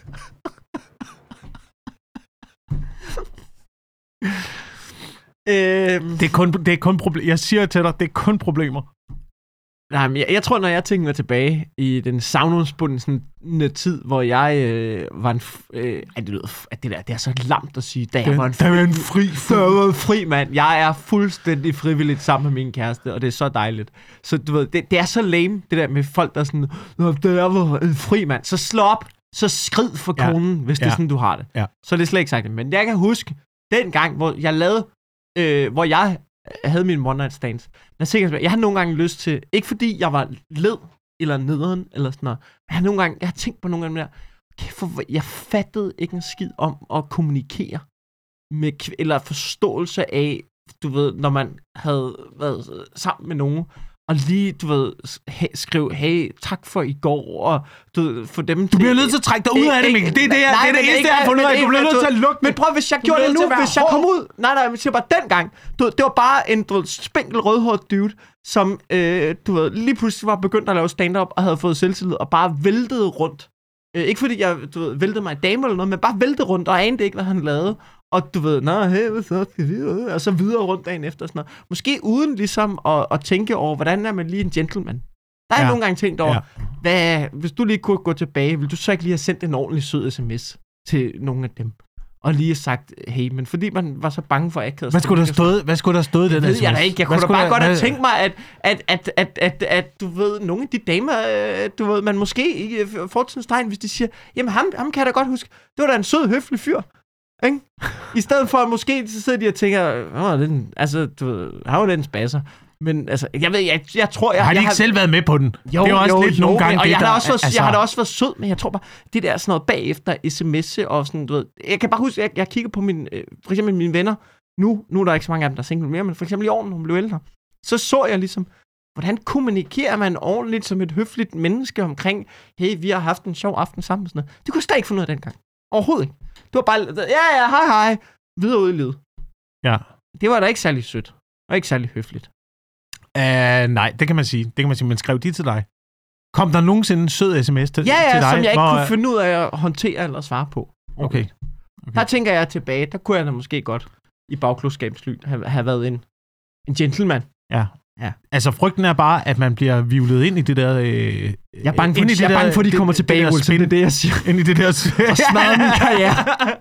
øhm. Det er kun, det er kun problem. Jeg siger til dig, det er kun problemer. Nej, men jeg, jeg tror, når jeg tænker tilbage i den savnomsbundne tid, hvor jeg øh, var en... Øh, at det, lyder, at det der, det er så lamt at sige, da jeg var en fri, en fri, der var en fri mand. Jeg er fuldstændig frivilligt sammen med min kæreste, og det er så dejligt. Så du ved, det, det er så lame, det der med folk, der er sådan, da jeg var en fri mand. Så slå op, så skrid for konen, ja. hvis det er ja. sådan, du har det. Ja. Så det er slet ikke sagt det. Men jeg kan huske, den gang, hvor jeg lavede, øh, hvor jeg havde min one night stands. Jeg, sikkert, jeg har nogle gange lyst til, ikke fordi jeg var led eller nederen eller sådan noget, men jeg har nogle gange, jeg har tænkt på nogle gange der, for jeg fattede ikke en skid om at kommunikere med, eller forståelse af, du ved, når man havde været sammen med nogen, og lige, du ved, he, skrive, hey, tak for i går, og du ved, for dem... Du bliver nødt til at trække dig ud af det, Mikkel. Det er det, nej, det, er det eneste, jeg har fundet ud af. Du bliver nødt til at lukke. Men prøv, hvis jeg gjorde det nu, hvis jeg kom ud... Nej, nej, jeg siger bare, dengang, du ved, det var bare en, du ved, spinkel rødhåret dude, som, øh, du ved, lige pludselig var begyndt at lave stand-up, og havde fået selvtillid, og bare væltede rundt. Øh, ikke fordi jeg, du ved, væltede mig i dame eller noget, men bare væltede rundt, og anede ikke, hvad han lavede. Og du ved, nå, hey, hvad så skal vi? Og så videre rundt dagen efter. Sådan noget. Måske uden ligesom at, at tænke over, hvordan er man lige en gentleman. Der er ja. nogle gange tænkt over, ja. hvad, hvis du lige kunne gå tilbage, vil du så ikke lige have sendt en ordentlig sød sms til nogle af dem? Og lige sagt, hey, men fordi man var så bange for akavet. Hvad skulle der stået? Hvad skulle der stået den sms? Jeg da ikke. Jeg kunne da bare der, godt have tænkt mig, at, at, at, at, at, at, du ved, nogle af de damer, du ved, man måske i fortidens tegn, hvis de siger, jamen ham, ham kan jeg da godt huske, det var da en sød, høflig fyr. Ikke? I stedet for at måske, så sidder de og tænker, åh, den, altså, du ved, har jo den spasser. Men altså, jeg ved, jeg, jeg tror, jeg... Har de jeg ikke har... selv været med på den? Jo, det er også jo, lidt jo, nogle gange og det, jeg, der, har også været, altså... jeg har da også været sød, men jeg tror bare, det der sådan noget bagefter sms'e og sådan, du ved... Jeg kan bare huske, jeg, jeg kigger på min, øh, for eksempel mine venner. Nu, nu er der ikke så mange af dem, der er single mere, men for eksempel i år, når hun blev ældre, så så jeg ligesom, hvordan kommunikerer man ordentligt som et høfligt menneske omkring, hey, vi har haft en sjov aften sammen og sådan noget. Det kunne jeg slet ikke finde ud af dengang. Overhovedet ikke. Det var bare, ja, ja, hej, hej, videre ud i livet. Ja. Det var da ikke særlig sødt, og ikke særlig høfligt. Uh, nej, det kan man sige. Det kan man sige, men skrev de til dig? Kom der nogensinde en sød sms til, ja, ja, til dig? Ja, som jeg ikke hvor... kunne finde ud af at håndtere eller svare på. Okay. okay. Der tænker jeg tilbage, der kunne jeg da måske godt i bagklodskabens lyn have, have været en, en gentleman. Ja. Ja. Altså, frygten er bare, at man bliver vivlet ind i det der... Øh, jeg er bange for, de, jeg er bange for, at de kommer det, tilbage, det, det, det er det, jeg siger. Ind i det der... og smadrer min karriere.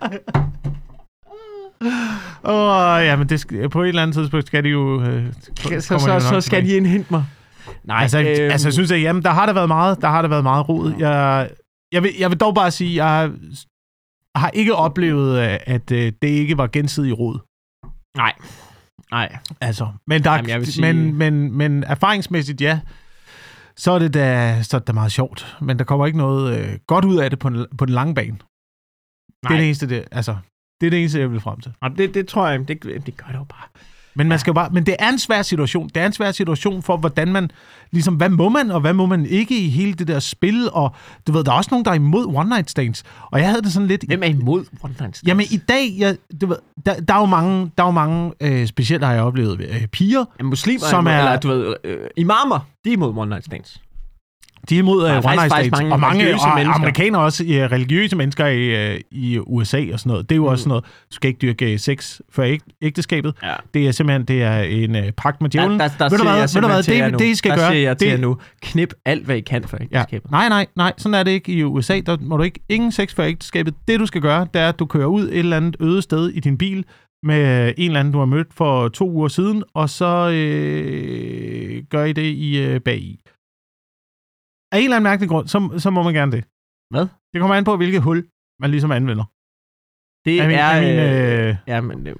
Åh, oh, ja, men det skal, på et eller andet tidspunkt skal de jo... Øh, så, så, så, så skal de indhente mig. Nej, altså, øhm, altså jeg synes, at jamen, der har der været meget, der har der været meget rod. Jeg, jeg, vil, jeg vil dog bare sige, jeg har ikke oplevet, at øh, det ikke var gensidig rod. Nej. Nej. Altså, men, der, Jamen, sige... men, men, men erfaringsmæssigt, ja, så er det da, så er det da meget sjovt. Men der kommer ikke noget øh, godt ud af det på, en, på den lange bane. Nej. Det er det eneste, det, altså, det er det eneste, jeg vil frem til. Ja, det, det tror jeg, det, det gør det jo bare. Men man skal bare, men det er en svær situation. Det er en svær situation for, hvordan man, ligesom, hvad må man, og hvad må man ikke i hele det der spil, og du ved, der er også nogen, der er imod one night stands, og jeg havde det sådan lidt... Hvem er imod one night stands? Jamen, i dag, jeg, du ved, der, der er jo mange, der er jo mange øh, specielt har jeg oplevet, øh, piger, ja, muslimer, som er, eller du ved, øh, imamer, de er imod one night stands. De er imod uh, one night stands, mange og mange og amerikanere også, ja, religiøse mennesker i, uh, i U S A og sådan noget. Det er jo mm. også sådan noget, du skal ikke dyrke sex før ægteskabet. Ja. Det er simpelthen det er en uh, pagt med djævlen. Der, der, der ved du hvad, ved du hvad, det, det I skal der gøre. Der siger jeg til det, jer nu, knip alt, hvad I kan for ægteskabet. Ja. Nej, nej, nej, sådan er det ikke i U S A. Der må du ikke, ingen sex før ægteskabet. Det du skal gøre, det er, at du kører ud et eller andet øde sted i din bil, med en eller anden, du har mødt for to uger siden, og så øh, gør I det i øh, bag i. Af en eller anden mærkelig grund, så, så må man gerne det. Hvad? Det kommer an på, hvilket hul man ligesom anvender. Det er... Min, er... min, øh... Ja, men... men,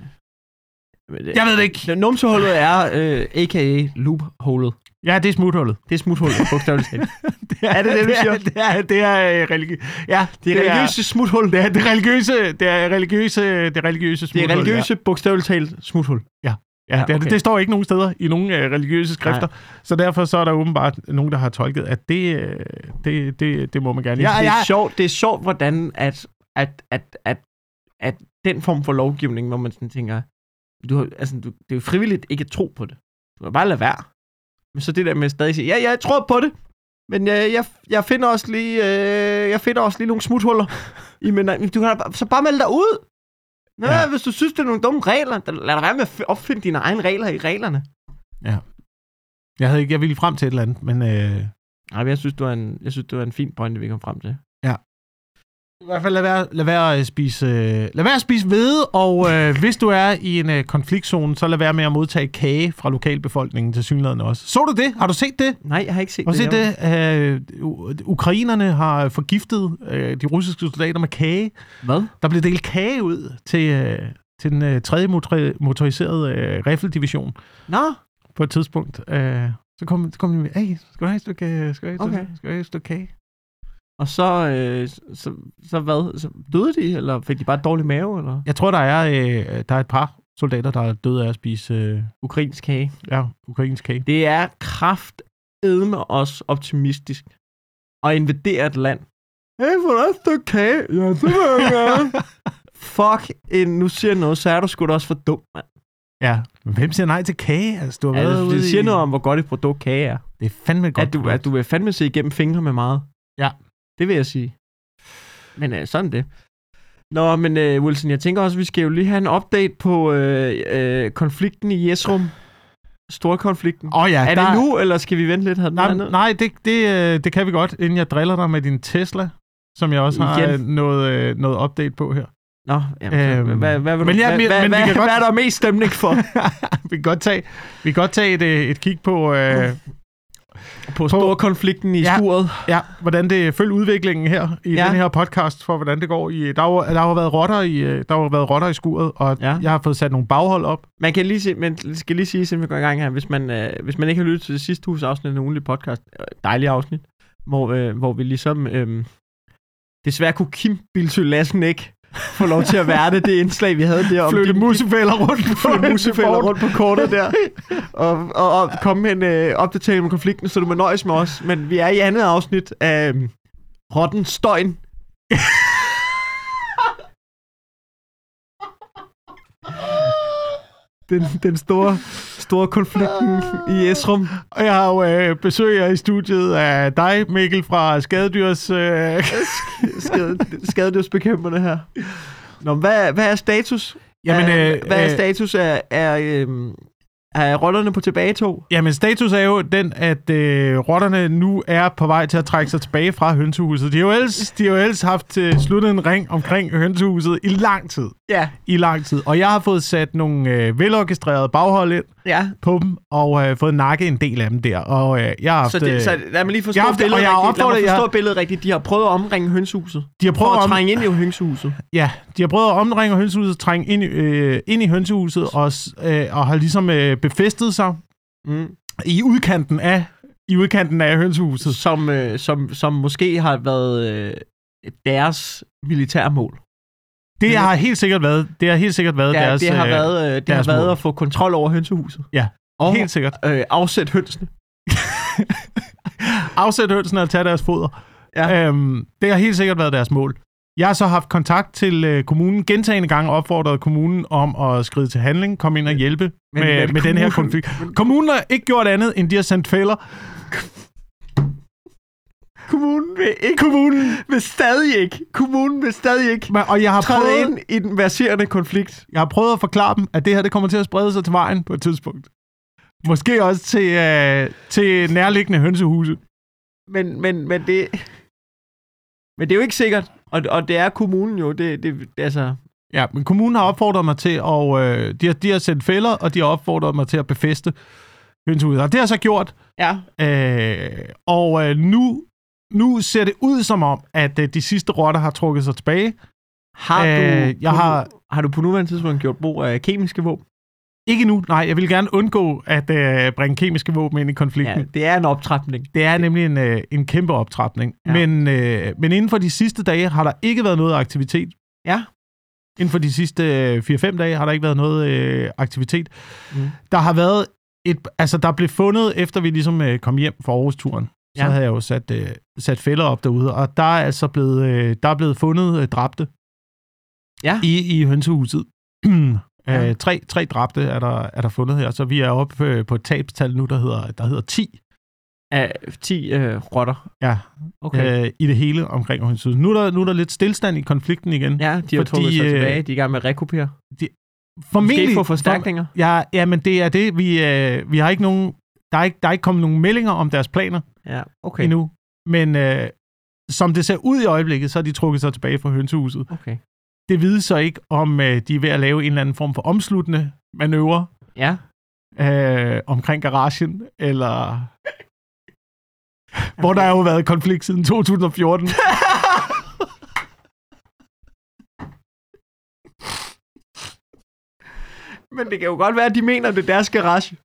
men jeg ved det ikke. Numsehullet er øh, a k a loop-hullet. Ja, det er smuthullet. Det er smuthullet, bogstaveligt talt. det er, er det det, du siger? Det er, det er, øh, religi- ja, det, det religiøse smuthul. Det er det religiøse, det er religiøse, det religiøse smuthul. Det er religiøse, ja. Bogstaveligt talt smuthul. Ja. Ja, det, okay. det, det står ikke nogen steder i nogen øh, religiøse skrifter, nej. Så derfor så er der åbenbart nogen, der har tolket, at det, øh, det, det, det må man gerne. Ja, det, er ja. sjovt, det er sjovt, hvordan at, at, at, at, at den form for lovgivning, hvor man sådan tænker, du, altså, du, det er jo frivilligt ikke at tro på det. Du må bare lade være. Men så det der med stadig at sige, ja, jeg tror på det. Men øh, jeg, jeg finder også lige, øh, jeg finder også lige nogle smuthuller. I, men, du kan så bare melde dig ud. Nå, ja. Hvis du synes, det er nogle dumme regler, lad dig være med at opfinde dine egne regler i reglerne. Ja. Jeg havde ikke, jeg ville frem til et eller andet, men... Øh... Nej, men jeg synes, du er en, jeg synes, du er en fin pointe, vi kom frem til. Ja. I hvert fald lad være, lad være at spise, øh, lad være at spise hvede, og øh, hvis du er i en øh, konfliktzone, så lad være med at modtage kage fra lokalbefolkningen til synligheden også. Så du det? Har du set det? Nej, jeg har ikke set har det. Har set det? Øh, ukrainerne har forgiftet øh, de russiske soldater med kage. Hvad? Der blev delt kage ud til, øh, til den øh, tredje motor- motoriserede øh, riffeldivision. Nå? På et tidspunkt. Øh, så kom, så kom de med, hey, skal du have et stykke, skal du have, okay. skal du have et stykke kage? Og så, øh, så, så hvad? Så døde de, eller fik de bare dårlig mave? Eller? Jeg tror, der er, øh, der er et par soldater, der er døde af at spise... Øh, ukrainsk kage. Ja, ukrainsk kage. Det er kraftedme også optimistisk at invadere et land. Hey, får du et stykke kage? Ja, det vil jeg gerne. Fuck, en, nu siger jeg noget, så er du sgu da også for dum, mand. Ja, men hvem siger nej til kage? Altså, du har ja, været det, det siger i... noget om, hvor godt et produkt kage er. Det er fandme godt. At du, at du vil fandme se igennem fingre med meget. Ja. Det vil jeg sige. Men øh, sådan det. Nå, men øh, Wilson, jeg tænker også, at vi skal jo lige have en update på øh, øh, konflikten i Jesrum. Storkonflikten. Oh ja, er der... det nu, eller skal vi vente lidt? Her nej, nej det, det, det kan vi godt, inden jeg driller dig med din Tesla, som jeg også Igen. har noget, noget update på her. Nå, jamen, øhm, hvad, hvad, men ja, hvad, hvad, men hvad, vi kan hvad er der mest stemning for? vi kan godt tage, vi kan godt tage et, et kig på... Øh, På storkonflikten i ja, skuret. Ja, hvordan det følger udviklingen her i ja. den her podcast, for hvordan det går. I, der, har, der har været rotter i, der har været rotter i skuret, og ja. jeg har fået sat nogle baghold op. Man kan lige se, men skal lige sige, inden vi går i gang her, hvis man, øh, hvis man ikke har lyttet til det sidste uges afsnit af en ugenlig podcast, dejlig afsnit, hvor, øh, hvor vi ligesom, øh, desværre kunne Kim Bilsø Lassen ikke få lov til at være det, det indslag, vi havde der. Om flytte musefælder rundt på, flytte musefælder rundt på kortet der. Og, og, og komme med en øh, opdatering om konflikten, så du må nøjes med os. Men vi er i andet afsnit af øh, Rotten Støjen. den, den store, store konflikten i Esrum. Og jeg har jo øh, besøg af i studiet af dig, Mikkel, fra Skadedyrs... Øh... Skade, skadedyrsbekæmperne her. Nå, hvad, hvad er status? Jamen, øh, hvad er status af, af, øh, af rotterne på tilbagetog? Jamen, status er jo den, at øh, rotterne nu er på vej til at trække sig tilbage fra hønsehuset. De har jo ellers, de har jo ellers haft øh, sluttet en ring omkring hønsehuset i lang tid. Ja. I lang tid. Og jeg har fået sat nogle øh, velorkestrerede baghold ind ja. på dem, og øh, fået nakket en del af dem der. Og øh, jeg har haft... Så, det, så lad mig lige forstå jeg billedet jeg rigtigt. Lad mig forstå jeg... billedet rigtigt. De har prøvet at omringe hønsehuset. De har prøvet for at om... trænge ind i hønsehuset. Ja, de har prøvet at omringe hønsehuset, trænge ind, øh, ind i hønsehuset, og, øh, og har ligesom øh, befæstet sig mm. i udkanten af i udkanten af hønsehuset. Som, øh, som, som måske har været øh, deres militærmål. Det Men, har helt sikkert været, det har helt sikkert været ja, deres det har været, øh, det har været at få kontrol over hønsehuset. Ja, og, helt sikkert. Øh, afsæt hønsene. afsæt hønsene og tage deres foder. Ja. Øhm, det har helt sikkert været deres mål. Jeg har så haft kontakt til øh, kommunen, gentagne gange opfordret kommunen om at skride til handling, komme ind og hjælpe men, med, men, med den her konflikt. Men, kommunen har ikke gjort andet, end de har sendt fælder. Kommunen vil ikke. Kommunen vil stadig ikke. Kommunen vil stadig ikke. Men, og jeg har træde prøvet ind i den verserende konflikt. Jeg har prøvet at forklare dem, at det her det kommer til at sprede sig til vejen på et tidspunkt. Måske også til, øh, til nærliggende hønsehuse. Men, men, men det... Men det er jo ikke sikkert, og, og det er kommunen jo, det, det altså... Ja, men kommunen har opfordret mig til, og øh, de, har, de har sendt fælder, og de har opfordret mig til at befæste hønsehuset. Og det har jeg så gjort. Ja. Øh, og øh, nu, nu ser det ud som om, at øh, de sidste rotter har trukket sig tilbage. Har du, øh, jeg på, har, har du på nuværende tidspunkt gjort brug af kemiske våben? Ikke nu, nej. Jeg vil gerne undgå at øh, bringe kemiske våben ind i konflikten. Ja, det er en optrapning. Det er nemlig en, øh, en kæmpe optrapning. Ja. Men, øh, men inden for de sidste dage har der ikke været noget aktivitet. Ja. Inden for de sidste øh, fire fem dage har der ikke været noget øh, aktivitet. Mm. Der har været et... Altså, der blev fundet, efter vi ligesom øh, kom hjem fra Aarhus-turen, så ja. havde jeg jo sat, øh, sat fælder op derude, og der er altså blevet, øh, der er blevet fundet øh, dræbte ja. i, i hønsehuset. Ja. Øh, tre, tre dræbte er der, er der fundet her, så vi er oppe øh, på et tabstal nu, der hedder, der hedder ti. Af ti øh, rotter? Ja, okay. øh, i det hele omkring Aarhus. Nu er der, nu er der lidt stillstand i konflikten igen. Ja, de har trukket sig tilbage. De er i gang med at rekupere. De, formentlig få forstærkninger. For, ja, ja, men det er det. Vi, øh, vi har ikke nogen... Der er ikke, der er ikke kommet nogen meldinger om deres planer ja, okay. endnu. Men øh, som det ser ud i øjeblikket, så har de trukket sig tilbage fra hønsehuset. Okay. Det vides så ikke, om øh, de er ved at lave en eller anden form for omsluttende manøvre. Ja. Øh, omkring garagen, eller... Hvor der har jo været konflikt siden to tusind og fjorten. Men det kan jo godt være, at de mener, det er deres garage.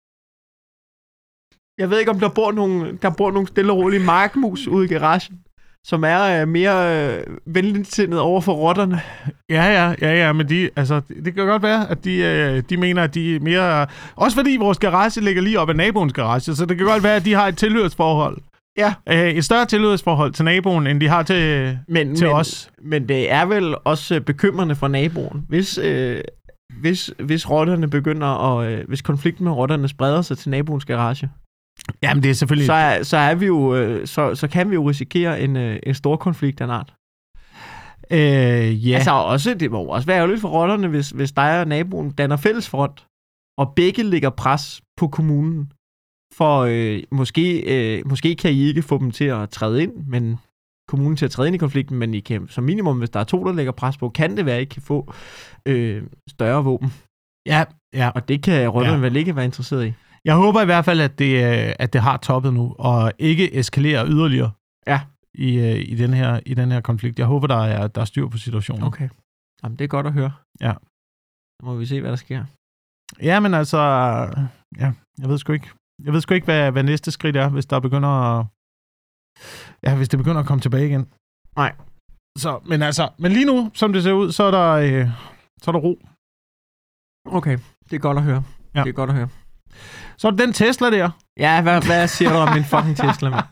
Jeg ved ikke, om der bor nogle, der bor nogle stille og rolige markmus ude i garagen, som er øh, mere øh, venligsindet over for rotterne. Ja, ja, ja, ja, men de, altså, det kan godt være, at de, øh, de mener, at de er mere... Også fordi vores garage ligger lige op ad naboens garage, så det kan godt være, at de har et tilhørsforhold. Ja. Øh, et større tilhørsforhold til naboen, end de har til, men, til men, os. Men det er vel også bekymrende for naboen. Hvis, øh, hvis, hvis rotterne begynder at... Øh, hvis konflikten med rotterne spreder sig til naboens garage, jamen det er selvfølgelig... Så, er, så, er vi jo, øh, så, så kan vi jo risikere en, øh, en stor konflikt af en art. Øh, ja. Altså også, det må også være ærgerligt for rotterne, hvis, hvis dig og naboen danner fælles front, og begge lægger pres på kommunen. For øh, måske, øh, måske kan I ikke få dem til at træde ind, men kommunen til at træde ind i konflikten, men I kan som minimum, hvis der er to, der lægger pres på, kan det være, at I kan få øh, større våben. Ja, ja. Og det kan rotterne ja. vel ikke være interesseret i. Jeg håber i hvert fald, at det, at det har toppet nu, og ikke eskalerer yderligere ja. i, i, den her, i den her konflikt. Jeg håber, der er, der er styr på situationen. Okay. Jamen, det er godt at høre. Ja. Så må vi se, hvad der sker. Ja, men altså, ja, jeg ved sgu ikke. Jeg ved sgu ikke, hvad, hvad næste skridt er, hvis der begynder at, ja, hvis det begynder at komme tilbage igen. Nej. Så, men altså, men lige nu, som det ser ud, så er der, øh, så er der ro. Okay, det er godt at høre. Ja. Det er godt at høre. Så er det den Tesla der. Ja, hvad, hvad siger du om min fucking Tesla, man?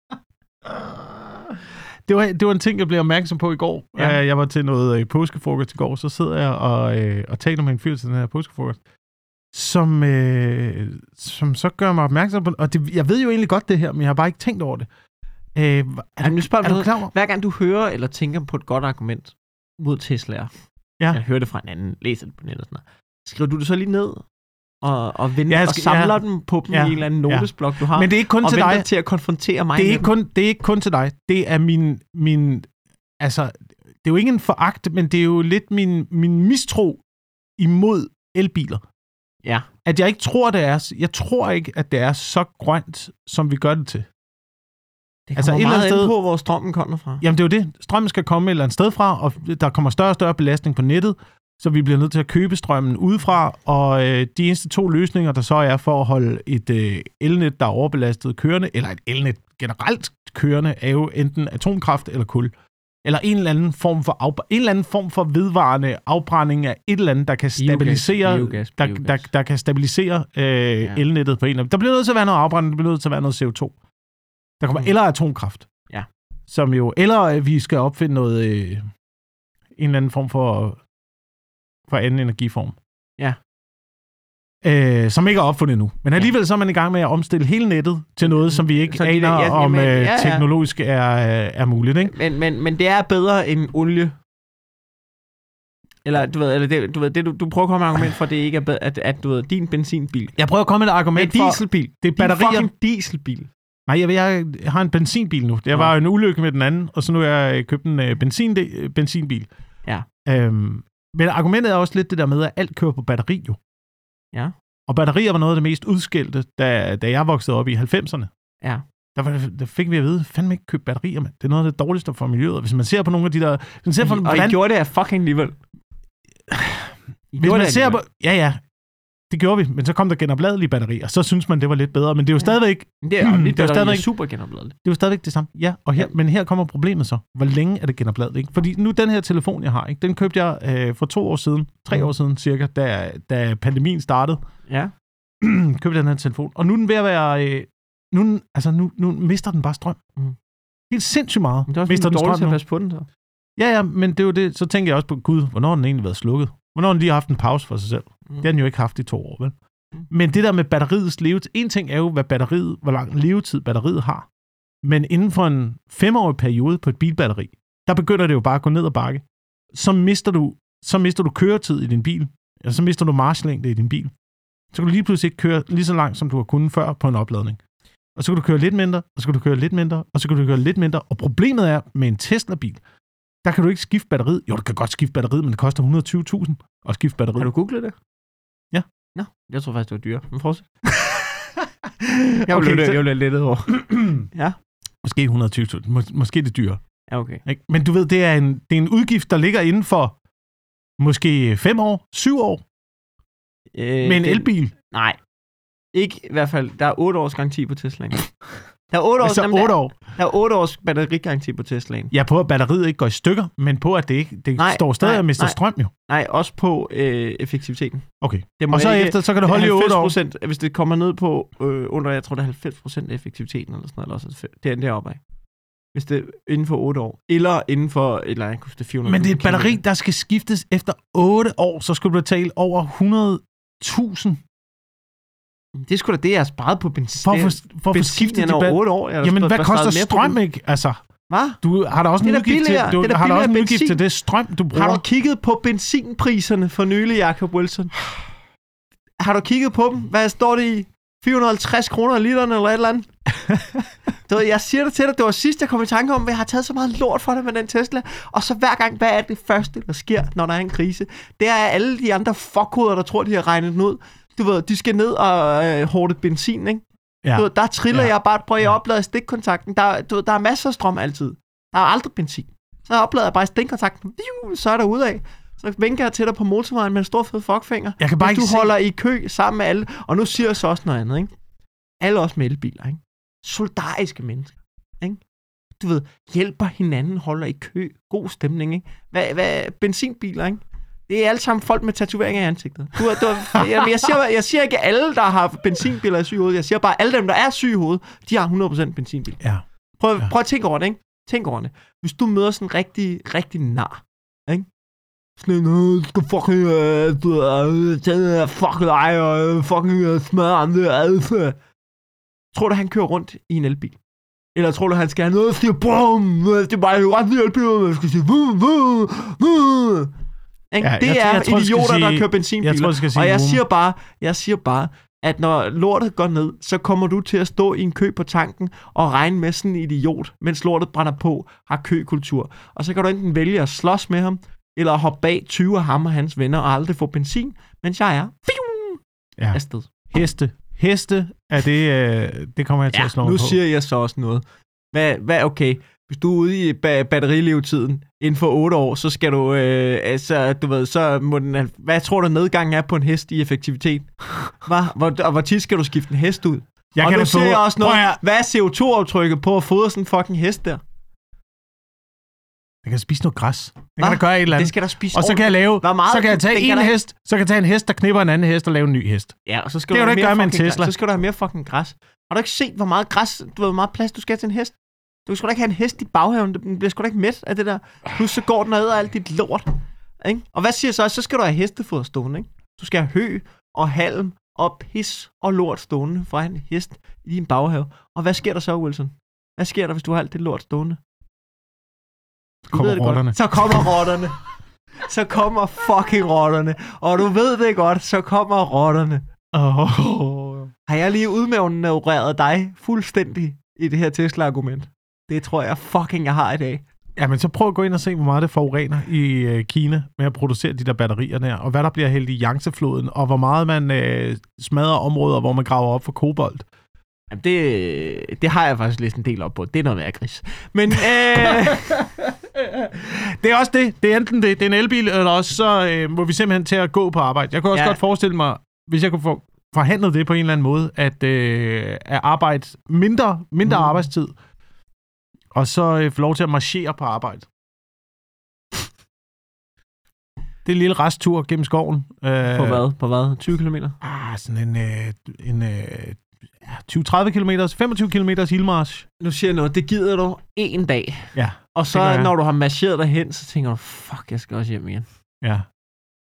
Det var, det var en ting, jeg blev opmærksom på i går. Ja. Jeg var til noget øh, påskefrokost i går, så sidder jeg og, øh, og taler med en fyr til den her påskefrokost, som, øh, som så gør mig opmærksom på, og det, jeg ved jo egentlig godt det her, men jeg har bare ikke tænkt over det. Øh, er, er, du, er du klar over? Hver gang du hører eller tænker på et godt argument mod Teslaer, ja. Jeg hører det fra en anden, læser det på nettet og sådan noget, skriver du det så lige ned? Og, og, vende, ja, skal, og samler ja, dem på dem ja, i en eller anden notesblok, ja. Du har. Men det er ikke kun og til dig. Til at konfrontere mig. Det er, ikke kun, det er ikke kun til dig. Det er min, min... Altså, det er jo ikke en foragt, men det er jo lidt min, min mistro imod elbiler. Ja. At jeg ikke tror, det er... Jeg tror ikke, at det er så grønt, som vi gør det til. Det kommer altså, meget sted, ind på, hvor strømmen kommer fra. Jamen, det er jo det. Strømmen skal komme et eller andet sted fra, og der kommer større og større belastning på nettet, så vi bliver nødt til at købe strømmen udefra, og øh, de eneste to løsninger, der så er for at holde et øh, elnet, der er overbelastet kørende, eller et elnet generelt kørende, er jo enten atomkraft eller kul. Eller en eller anden form for, afb- en eller anden form for vedvarende afbrænding af et eller andet, der kan stabilisere, biogas, der, biogas. Der, der, der kan stabilisere øh, ja. elnettet på en eller anden. Der bliver nødt til at være noget afbrænding, der bliver nødt til at være noget C O to. Der kommer mm. eller atomkraft. Ja. Som jo, eller øh, vi skal opfinde noget, øh, en eller anden form for for anden energiform. Ja. Øh, som ikke er opfundet endnu. Men alligevel ja. Så er man i gang med at omstille hele nettet til noget, som vi ikke så aner, ja, om jamen, ja, ja. teknologisk er, er muligt. Ikke? Men, men, men det er bedre end olie. Eller du ved, eller det, du, ved det, du, du prøver at komme med et argument for, at det ikke er bedre, at, at du ved, din benzinbil. Jeg prøver at komme med et argument for... Det er dieselbil. Det er batterier. Din fucking dieselbil. Nej, jeg, jeg, jeg har en benzinbil nu. Det var ja. en ulykke med den anden, og så nu har jeg købt en uh, benzin, uh, benzinbil. Ja. Øhm, Men argumentet er også lidt det der med, at alt kører på batteri jo. Ja. Og batterier var noget af det mest udskældte, da, da jeg voksede op i halvfemserne. Ja. Der, var, der fik vi at vide, fandme ikke købe batterier, mand. Det er noget af det dårligste for miljøet. Hvis man ser på nogle af de der... Hvis man ser på, og hvordan... I gjorde det af fucking alligevel. Hvis man ser på... Ja, ja. Det gjorde vi, men så kom der genopladelige batterier, så synes man, det var lidt bedre. Men det er jo stadigvæk... Det er, det er stadigvæk super genopladeligt. Det er jo stadigvæk det samme. Ja, og her, ja. Men her kommer problemet så. Hvor længe er det genopladeligt? Ikke? Fordi nu den her telefon, jeg har, ikke, den købte jeg øh, for to år siden, tre mm. år siden cirka, da, da pandemien startede. Ja. Købte den her telefon. Og nu er den ved at være... Øh, nu, altså, nu, nu mister den bare strøm. Mm. Helt sindssygt meget. Men det er også mister den dårligt til at passe på den så. Ja, ja, men det er jo det. Så tænker jeg også på, gud, hvornår har den egentlig været slukket? Hvornår har den lige haft en pause for sig selv? Mm. Det har den jo ikke haft i to år, vel? Men det der med batteriets levetid, en ting er jo, hvad batteriet, hvor lang levetid batteriet har. Men inden for en femårig periode på et bilbatteri, der begynder det jo bare at gå ned ad bakke. Så mister du, så mister du køretid i din bil, eller så mister du marchlængde i din bil. Så kan du lige pludselig ikke køre lige så langt, som du har kunnet før på en opladning. Og så kan du køre lidt mindre, og så kan du køre lidt mindre, og så kan du køre lidt mindre. Og problemet er, med en Tesla-bil, der kan du ikke skifte batteriet. Jo, du kan godt skifte batteriet, men det koster et hundrede og tyve tusind at skifte batteriet. Har du googlet det? Ja. Nå, jeg tror faktisk, det var dyre. Men fortsæt. jeg blev okay, lidt lettet over. Ja. Måske et hundrede og tyve tusind. Mås- måske det dyre. Ja, okay. Men du ved, det er, en, det er en udgift, der ligger inden for måske fem år, syv år. Øh, med en det, elbil. Nej. Ikke i hvert fald. Der er otte års garanti på Teslaen. Der er otte års, altså jamen, otte år. Der, der er otte års batterigaranti på Teslaen. Ja, på at batteriet ikke går i stykker, men på at det ikke det nej, står stadig og mister nej, strøm jo. Nej, også på øh, effektiviteten. Okay. Det og så ikke, efter, så kan det holde i otte år. Hvis det kommer ned på øh, under, jeg tror det er halvfems procent af effektiviteten eller sådan noget, eller også, det er deroppe af. Hvis det er inden for otte år. Eller inden for, eller jeg kunne det fire hundrede. Men det er et batteri, kilometer. Der skal skiftes efter otte år, så skal du betale over hundrede tusind. Det skulle da det, jeg har sparet på benzin. For, for, for at få skiftet over otte år. Jeg jamen, hvad koster strøm, ikke? Altså, hvad? Du har da også en udgift til, du har da også en udgift til det strøm, du bruger. Har du kigget på benzinpriserne for nylig, Jacob Wilson? Har du kigget på dem? Hvad står det i? fire hundrede og halvtreds kroner literen eller et eller andet? Du, jeg siger det til dig, det var sidst, jeg kom i tanke om, at jeg har taget så meget lort for det med den Tesla. Og så hver gang, hvad er det første, der sker, når der er en krise? Det er alle de andre fuckhoveder, der tror, de har regnet den ud. Du ved, de skal ned og øh, hårde benzin, ikke? Ja. Du ved, der triller ja. jeg bare, prøver jeg at oplade stikkontakten. Der, du ved, der er masser af strøm altid. Der er aldrig benzin. Så oplader jeg bare stikkontakten, så er der ude af. Så vinker jeg til dig på motorvejen med en stor fed fuckfinger. Jeg kan bare Hvis ikke du holder se... i kø sammen med alle. Og nu siger jeg så også noget andet, ikke? Alle også med elbiler, ikke? Solidariske mennesker, ikke? Du ved, hjælper hinanden, holder i kø. God stemning, ikke? Hvad, hvad benzinbiler, ikke? Det er alle sammen folk med tatoveringer i ansigtet. Du, du, jeg, jeg, siger, jeg siger ikke alle, der har benzinbiler er syge i hovedet. Jeg siger bare, alle dem, der er syge i hovedet, de har hundrede procent benzinbil. Ja. Prøv, prøv at tænke over det, ikke? Tænk over det. Hvis du møder sådan en rigtig, rigtig nar, ikke? Sådan en, du fucking, du uh, fuck dig, og fucking uh, smadre andre adfærd. Tror du, han kører rundt i en elbil? Eller tror du, han skal have noget, og siger, bum, det er bare en ret ny elbil, jeg skal sige, vuh, vuh, vuh. Ja, det jeg, er jeg tror, idioter, sige, der kører benzinbiler. Jeg tror, sige, og jeg siger, bare, jeg siger bare, at når lortet går ned, så kommer du til at stå i en kø på tanken og regne med sådan en idiot, mens lortet brænder på, har køkultur. Og så kan du enten vælge at slås med ham, eller hoppe bag tyve af ham og hans venner og aldrig få benzin, mens jeg er ja. afsted. Heste. Heste er det, øh, det kommer jeg til ja, at slå nu på. Siger jeg så også noget. Hvad, hvad okay, hvis du er ude i ba- batterilevetiden inden for otte år, så skal du, øh, altså, du ved, så må den, hvad tror du nedgangen er på en hest i effektivitet? Hva? Hvor, og hvor tit skal du skifte en hest ud? Jeg og kan nu siger få... jeg også noget, hvad er C O to aftrykket på at fodre sådan en fucking hest der? Jeg kan spise noget græs. Det kan der gøre et eller andet. Det skal der spise. Og så kan jeg lave, meget, så kan jeg tage en hest, der... så kan jeg tage en hest, der knipper en anden hest og lave en ny hest. Ja, og så skal det du, du ikke gøre med en Tesla. Græs. Så skal du have mere fucking græs. Har du ikke set, hvor meget græs, du ved, hvor meget plads du skal til en hest? Du skal da ikke have en hest i baghaven. Den bliver sgu da ikke mæt af det der. Plus så går den og æder alt dit lort. Ikke? Og hvad siger så? Så skal du have hestefoder stående, ikke? Du skal have hø og halm og pis og lort stående fra en hest i din baghave. Og hvad sker der så, Wilson? Hvad sker der, hvis du har alt det lort stående? Så kommer rotterne. Så kommer rotterne. Så kommer fucking rotterne. Og du ved det godt, så kommer rotterne. Oh. Har jeg lige udmanøvreret dig fuldstændig i det her Tesla-argument? Det tror jeg fucking, jeg har i dag. Ja, men så prøv at gå ind og se, hvor meget det forurener i øh, Kina med at producere de der batterier der, og hvad der bliver hældt i Yangtze-floden, og hvor meget man øh, smadrer områder, hvor man graver op for kobolt. Jamen, det, det har jeg faktisk læst en del op på. Det er noget værd, gris. Men øh... det er også det. Det er enten det, det er en elbil, eller også så øh, må vi simpelthen til at gå på arbejde. Jeg kan også ja. godt forestille mig, hvis jeg kunne få forhandlet det på en eller anden måde, at, øh, at arbejde mindre, mindre mm. arbejdstid, og så øh, få lov til at marchere på arbejde. Det er en lille resttur gennem skoven. Øh, på hvad? På hvad? tyve kilometer? Ah, sådan en, øh, en øh, tyve til tredive kilometer, femogtyve kilometer hilmarch. Nu siger jeg noget, det gider du en dag. Ja. Og så når du har marcheret derhen, så tænker du, fuck, jeg skal også hjem igen. Ja.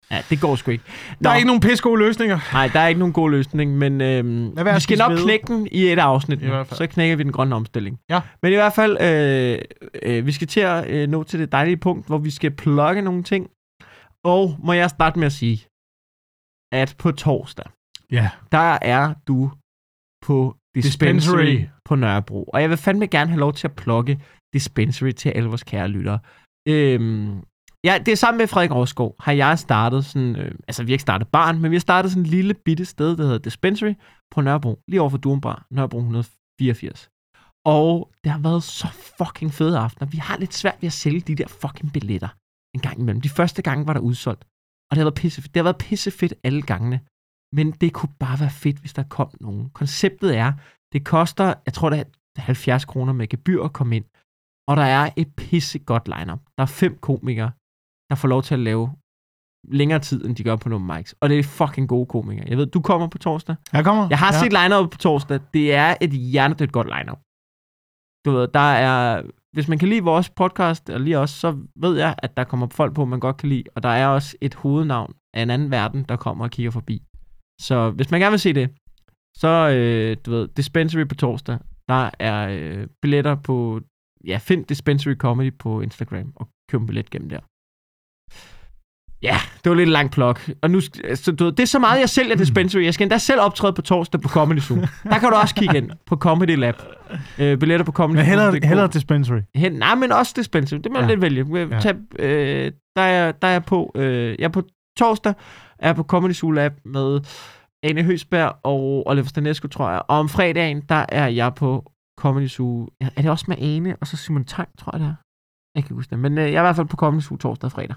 Ja, det går sgu ikke. Nå. Der er ikke nogen pisse gode løsninger. Nej, der er ikke nogen gode løsning, men øhm, vi skal nok ved. knække den i et afsnit. I så knækker vi den grønne omstilling. Ja. Men i hvert fald, øh, øh, vi skal til at øh, nå til det dejlige punkt, hvor vi skal plukke nogle ting. Og må jeg starte med at sige, at på torsdag, ja. der er du på Dispensary, Dispensary på Nørrebro. Og jeg vil fandme gerne have lov til at plukke Dispensary til alle vores kære lyttere. Øhm, ja, det er sammen med Frederik Rosgaard, har jeg startet sådan, øh, altså vi har ikke startet barn, men vi har startet sådan en lille bitte sted, der hedder Dispensary på Nørrebro, lige over for Durumbar, Nørrebro et hundrede fireogfirs. Og det har været så fucking fede aftener. Vi har lidt svært ved at sælge de der fucking billetter en gang imellem. De første gange var der udsolgt, og det har været pissefedt. Det har været pissefedt alle gangene, men det kunne bare være fedt, hvis der kom nogen. Konceptet er, det koster, jeg tror det er halvfjerds kroner med gebyr at komme ind, og der er et pissegodt line-up. Der er fem komikere, der får lov til at lave længere tid, end de gør på nogle mics. Og det er fucking gode komikere. Jeg ved, du kommer på torsdag. Jeg kommer. Jeg har ja. set line-up på torsdag. Det er et hjernedødt godt line-up. Du ved, der er... Hvis man kan lide vores podcast, og lige os, så ved jeg, at der kommer folk på, man godt kan lide. Og der er også et hovednavn af en anden verden, der kommer og kigger forbi. Så hvis man gerne vil se det, så, øh, du ved, Dispensary på torsdag, der er øh, billetter på... Ja, find Dispensary Comedy på Instagram, og køb en billet gennem der. Ja, det var lidt lang plok. Og nu, så, du ved, det er så meget, jeg sælger Dispensary. Jeg skal endda selv optræde på torsdag på Comedy Zoo. Der kan du også kigge ind på Comedy Lab. Øh, billetter på Comedy Zoo. Men heller, heller Dispensary. Hen, nej, men også Dispensary. Det må man ja. lidt vælge. Ja. Tag, øh, der, er, der er på, øh, jeg er på torsdag, er på Comedy Zoo Lab med Ane Høsberg og Oliver Stanescu, tror jeg. Og om fredagen, der er jeg på Comedy Zoo. Er det også med Ane og så Simon Tang, tror jeg det er. Jeg kan ikke huske det. Men øh, jeg er i hvert fald på Comedy Zoo torsdag og fredag.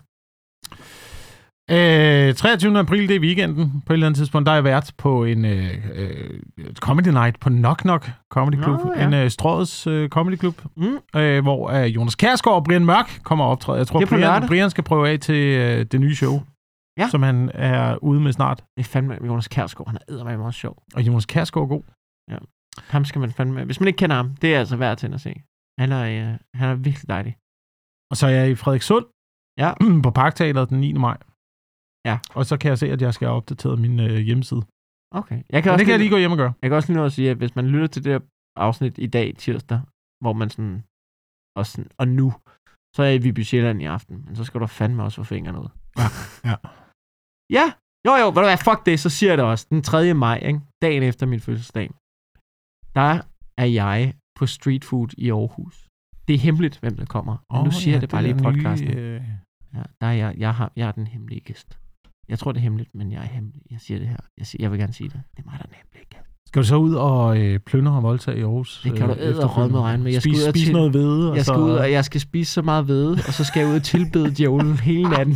Øh, treogtyvende april, det er weekenden. På et eller andet tidspunkt, der er jeg vært på en øh, øh, comedy night på Knock Knock Comedy Club. Nå, ja. En øh, Strøgets øh, Comedy Club, mm. øh, hvor øh, Jonas Kjærsgaard og Brian Mørk kommer og optræde. Jeg tror, Brian, Brian skal prøve af til øh, det nye show, ja. som han er ude med snart. Det er fandme Jonas Kjærsgaard. Han er eddermame også sjov. Og Jonas Kjærsgaard er god. Ja. Ham skal man fandme... Hvis man ikke kender ham, det er altså værd til at se. Han er, øh, han er virkelig dejlig. Og så er jeg i Frederikssund ja. på Parkteateret den niende maj. Ja. Og så kan jeg se, at jeg skal have opdateret min øh, hjemmeside. Okay. Jeg kan også det kan lige, jeg lige gå hjem og gøre. Jeg kan også lige nå at sige, at hvis man lytter til det her afsnit i dag, tirsdag, hvor man sådan... Og, sådan, og nu, så er jeg i Viby Sjælland i aften. Men så skal du fandme også få fingre noget. Ja. Ja. Ja. Jo, jo. Ved du hvad? Fuck det. Så siger jeg det også. Den tredje maj, ikke? Dagen efter min fødselsdag. Der er jeg på street food i Aarhus. Det er hemmeligt, hvem der kommer. Men oh, nu siger ja, jeg det bare lige i podcasten. Nye, øh... Ja, der er jeg, jeg, har, jeg er den hemmelige gæst. Jeg tror, det er hemmeligt, men jeg er hemmelig. Jeg siger det her. Jeg, siger, jeg vil gerne sige det. Det er mig, der er den hemmelige gæst. Skal du så ud og øh, plyndre og voldtage i Aarhus? Det kan du æde og røde med regne med. Jeg skal spise, ud spise til, noget hvede. Jeg så... skal ud, og jeg skal spise så meget hvede, og så skal jeg ud og tilbede djævlen hele natten.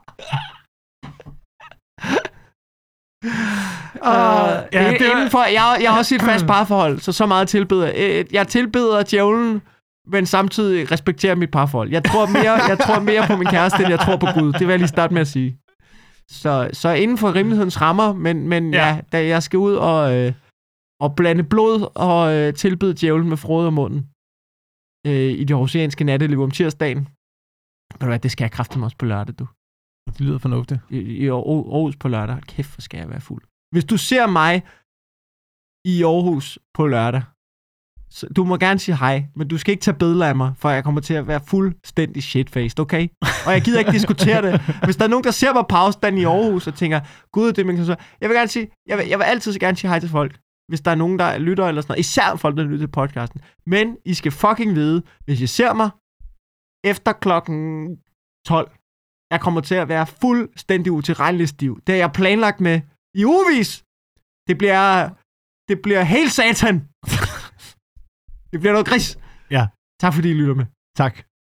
Uh, ja, det er... Indenfor, jeg, jeg har også et fast parforhold, så så meget tilbeder. Jeg tilbeder djævlen, men samtidig respekterer mit parforhold. Jeg tror mere, jeg tror mere på min kæreste, end jeg tror på Gud. Det vil jeg lige starte med at sige. Så, så inden for rimelighedens rammer, men, men ja. ja, da jeg skal ud og, øh, og blande blod og øh, tilbede djævlen med frode og munden øh, i det aarhusianske natteliv om tirsdagen. Ved du hvad, det skal jeg kraftedeme også på lørdag, du. Det lyder fornuftigt. I, i Aarhus på lørdag. Kæft, hvor skal jeg være fuld. Hvis du ser mig i Aarhus på lørdag, så du må gerne sige hej, men du skal ikke tage billeder af mig, for jeg kommer til at være fuldstændig shitfaced, okay? Og jeg gider ikke diskutere det. Hvis der er nogen, der ser mig på afstand i Aarhus og tænker, gud, det er så jeg vil gerne sige, jeg vil, jeg vil altid så gerne sige hej til folk, hvis der er nogen, der lytter eller sådan noget. Især folk, der lytter til podcasten. Men I skal fucking vide, hvis I ser mig efter klokken tolv, jeg kommer til at være fuldstændig utilregnelig stiv. Det har jeg planlagt med i ugevis. Det bliver, det bliver helt satan. Det bliver noget gris. Ja. Tak fordi I lytter med. Tak.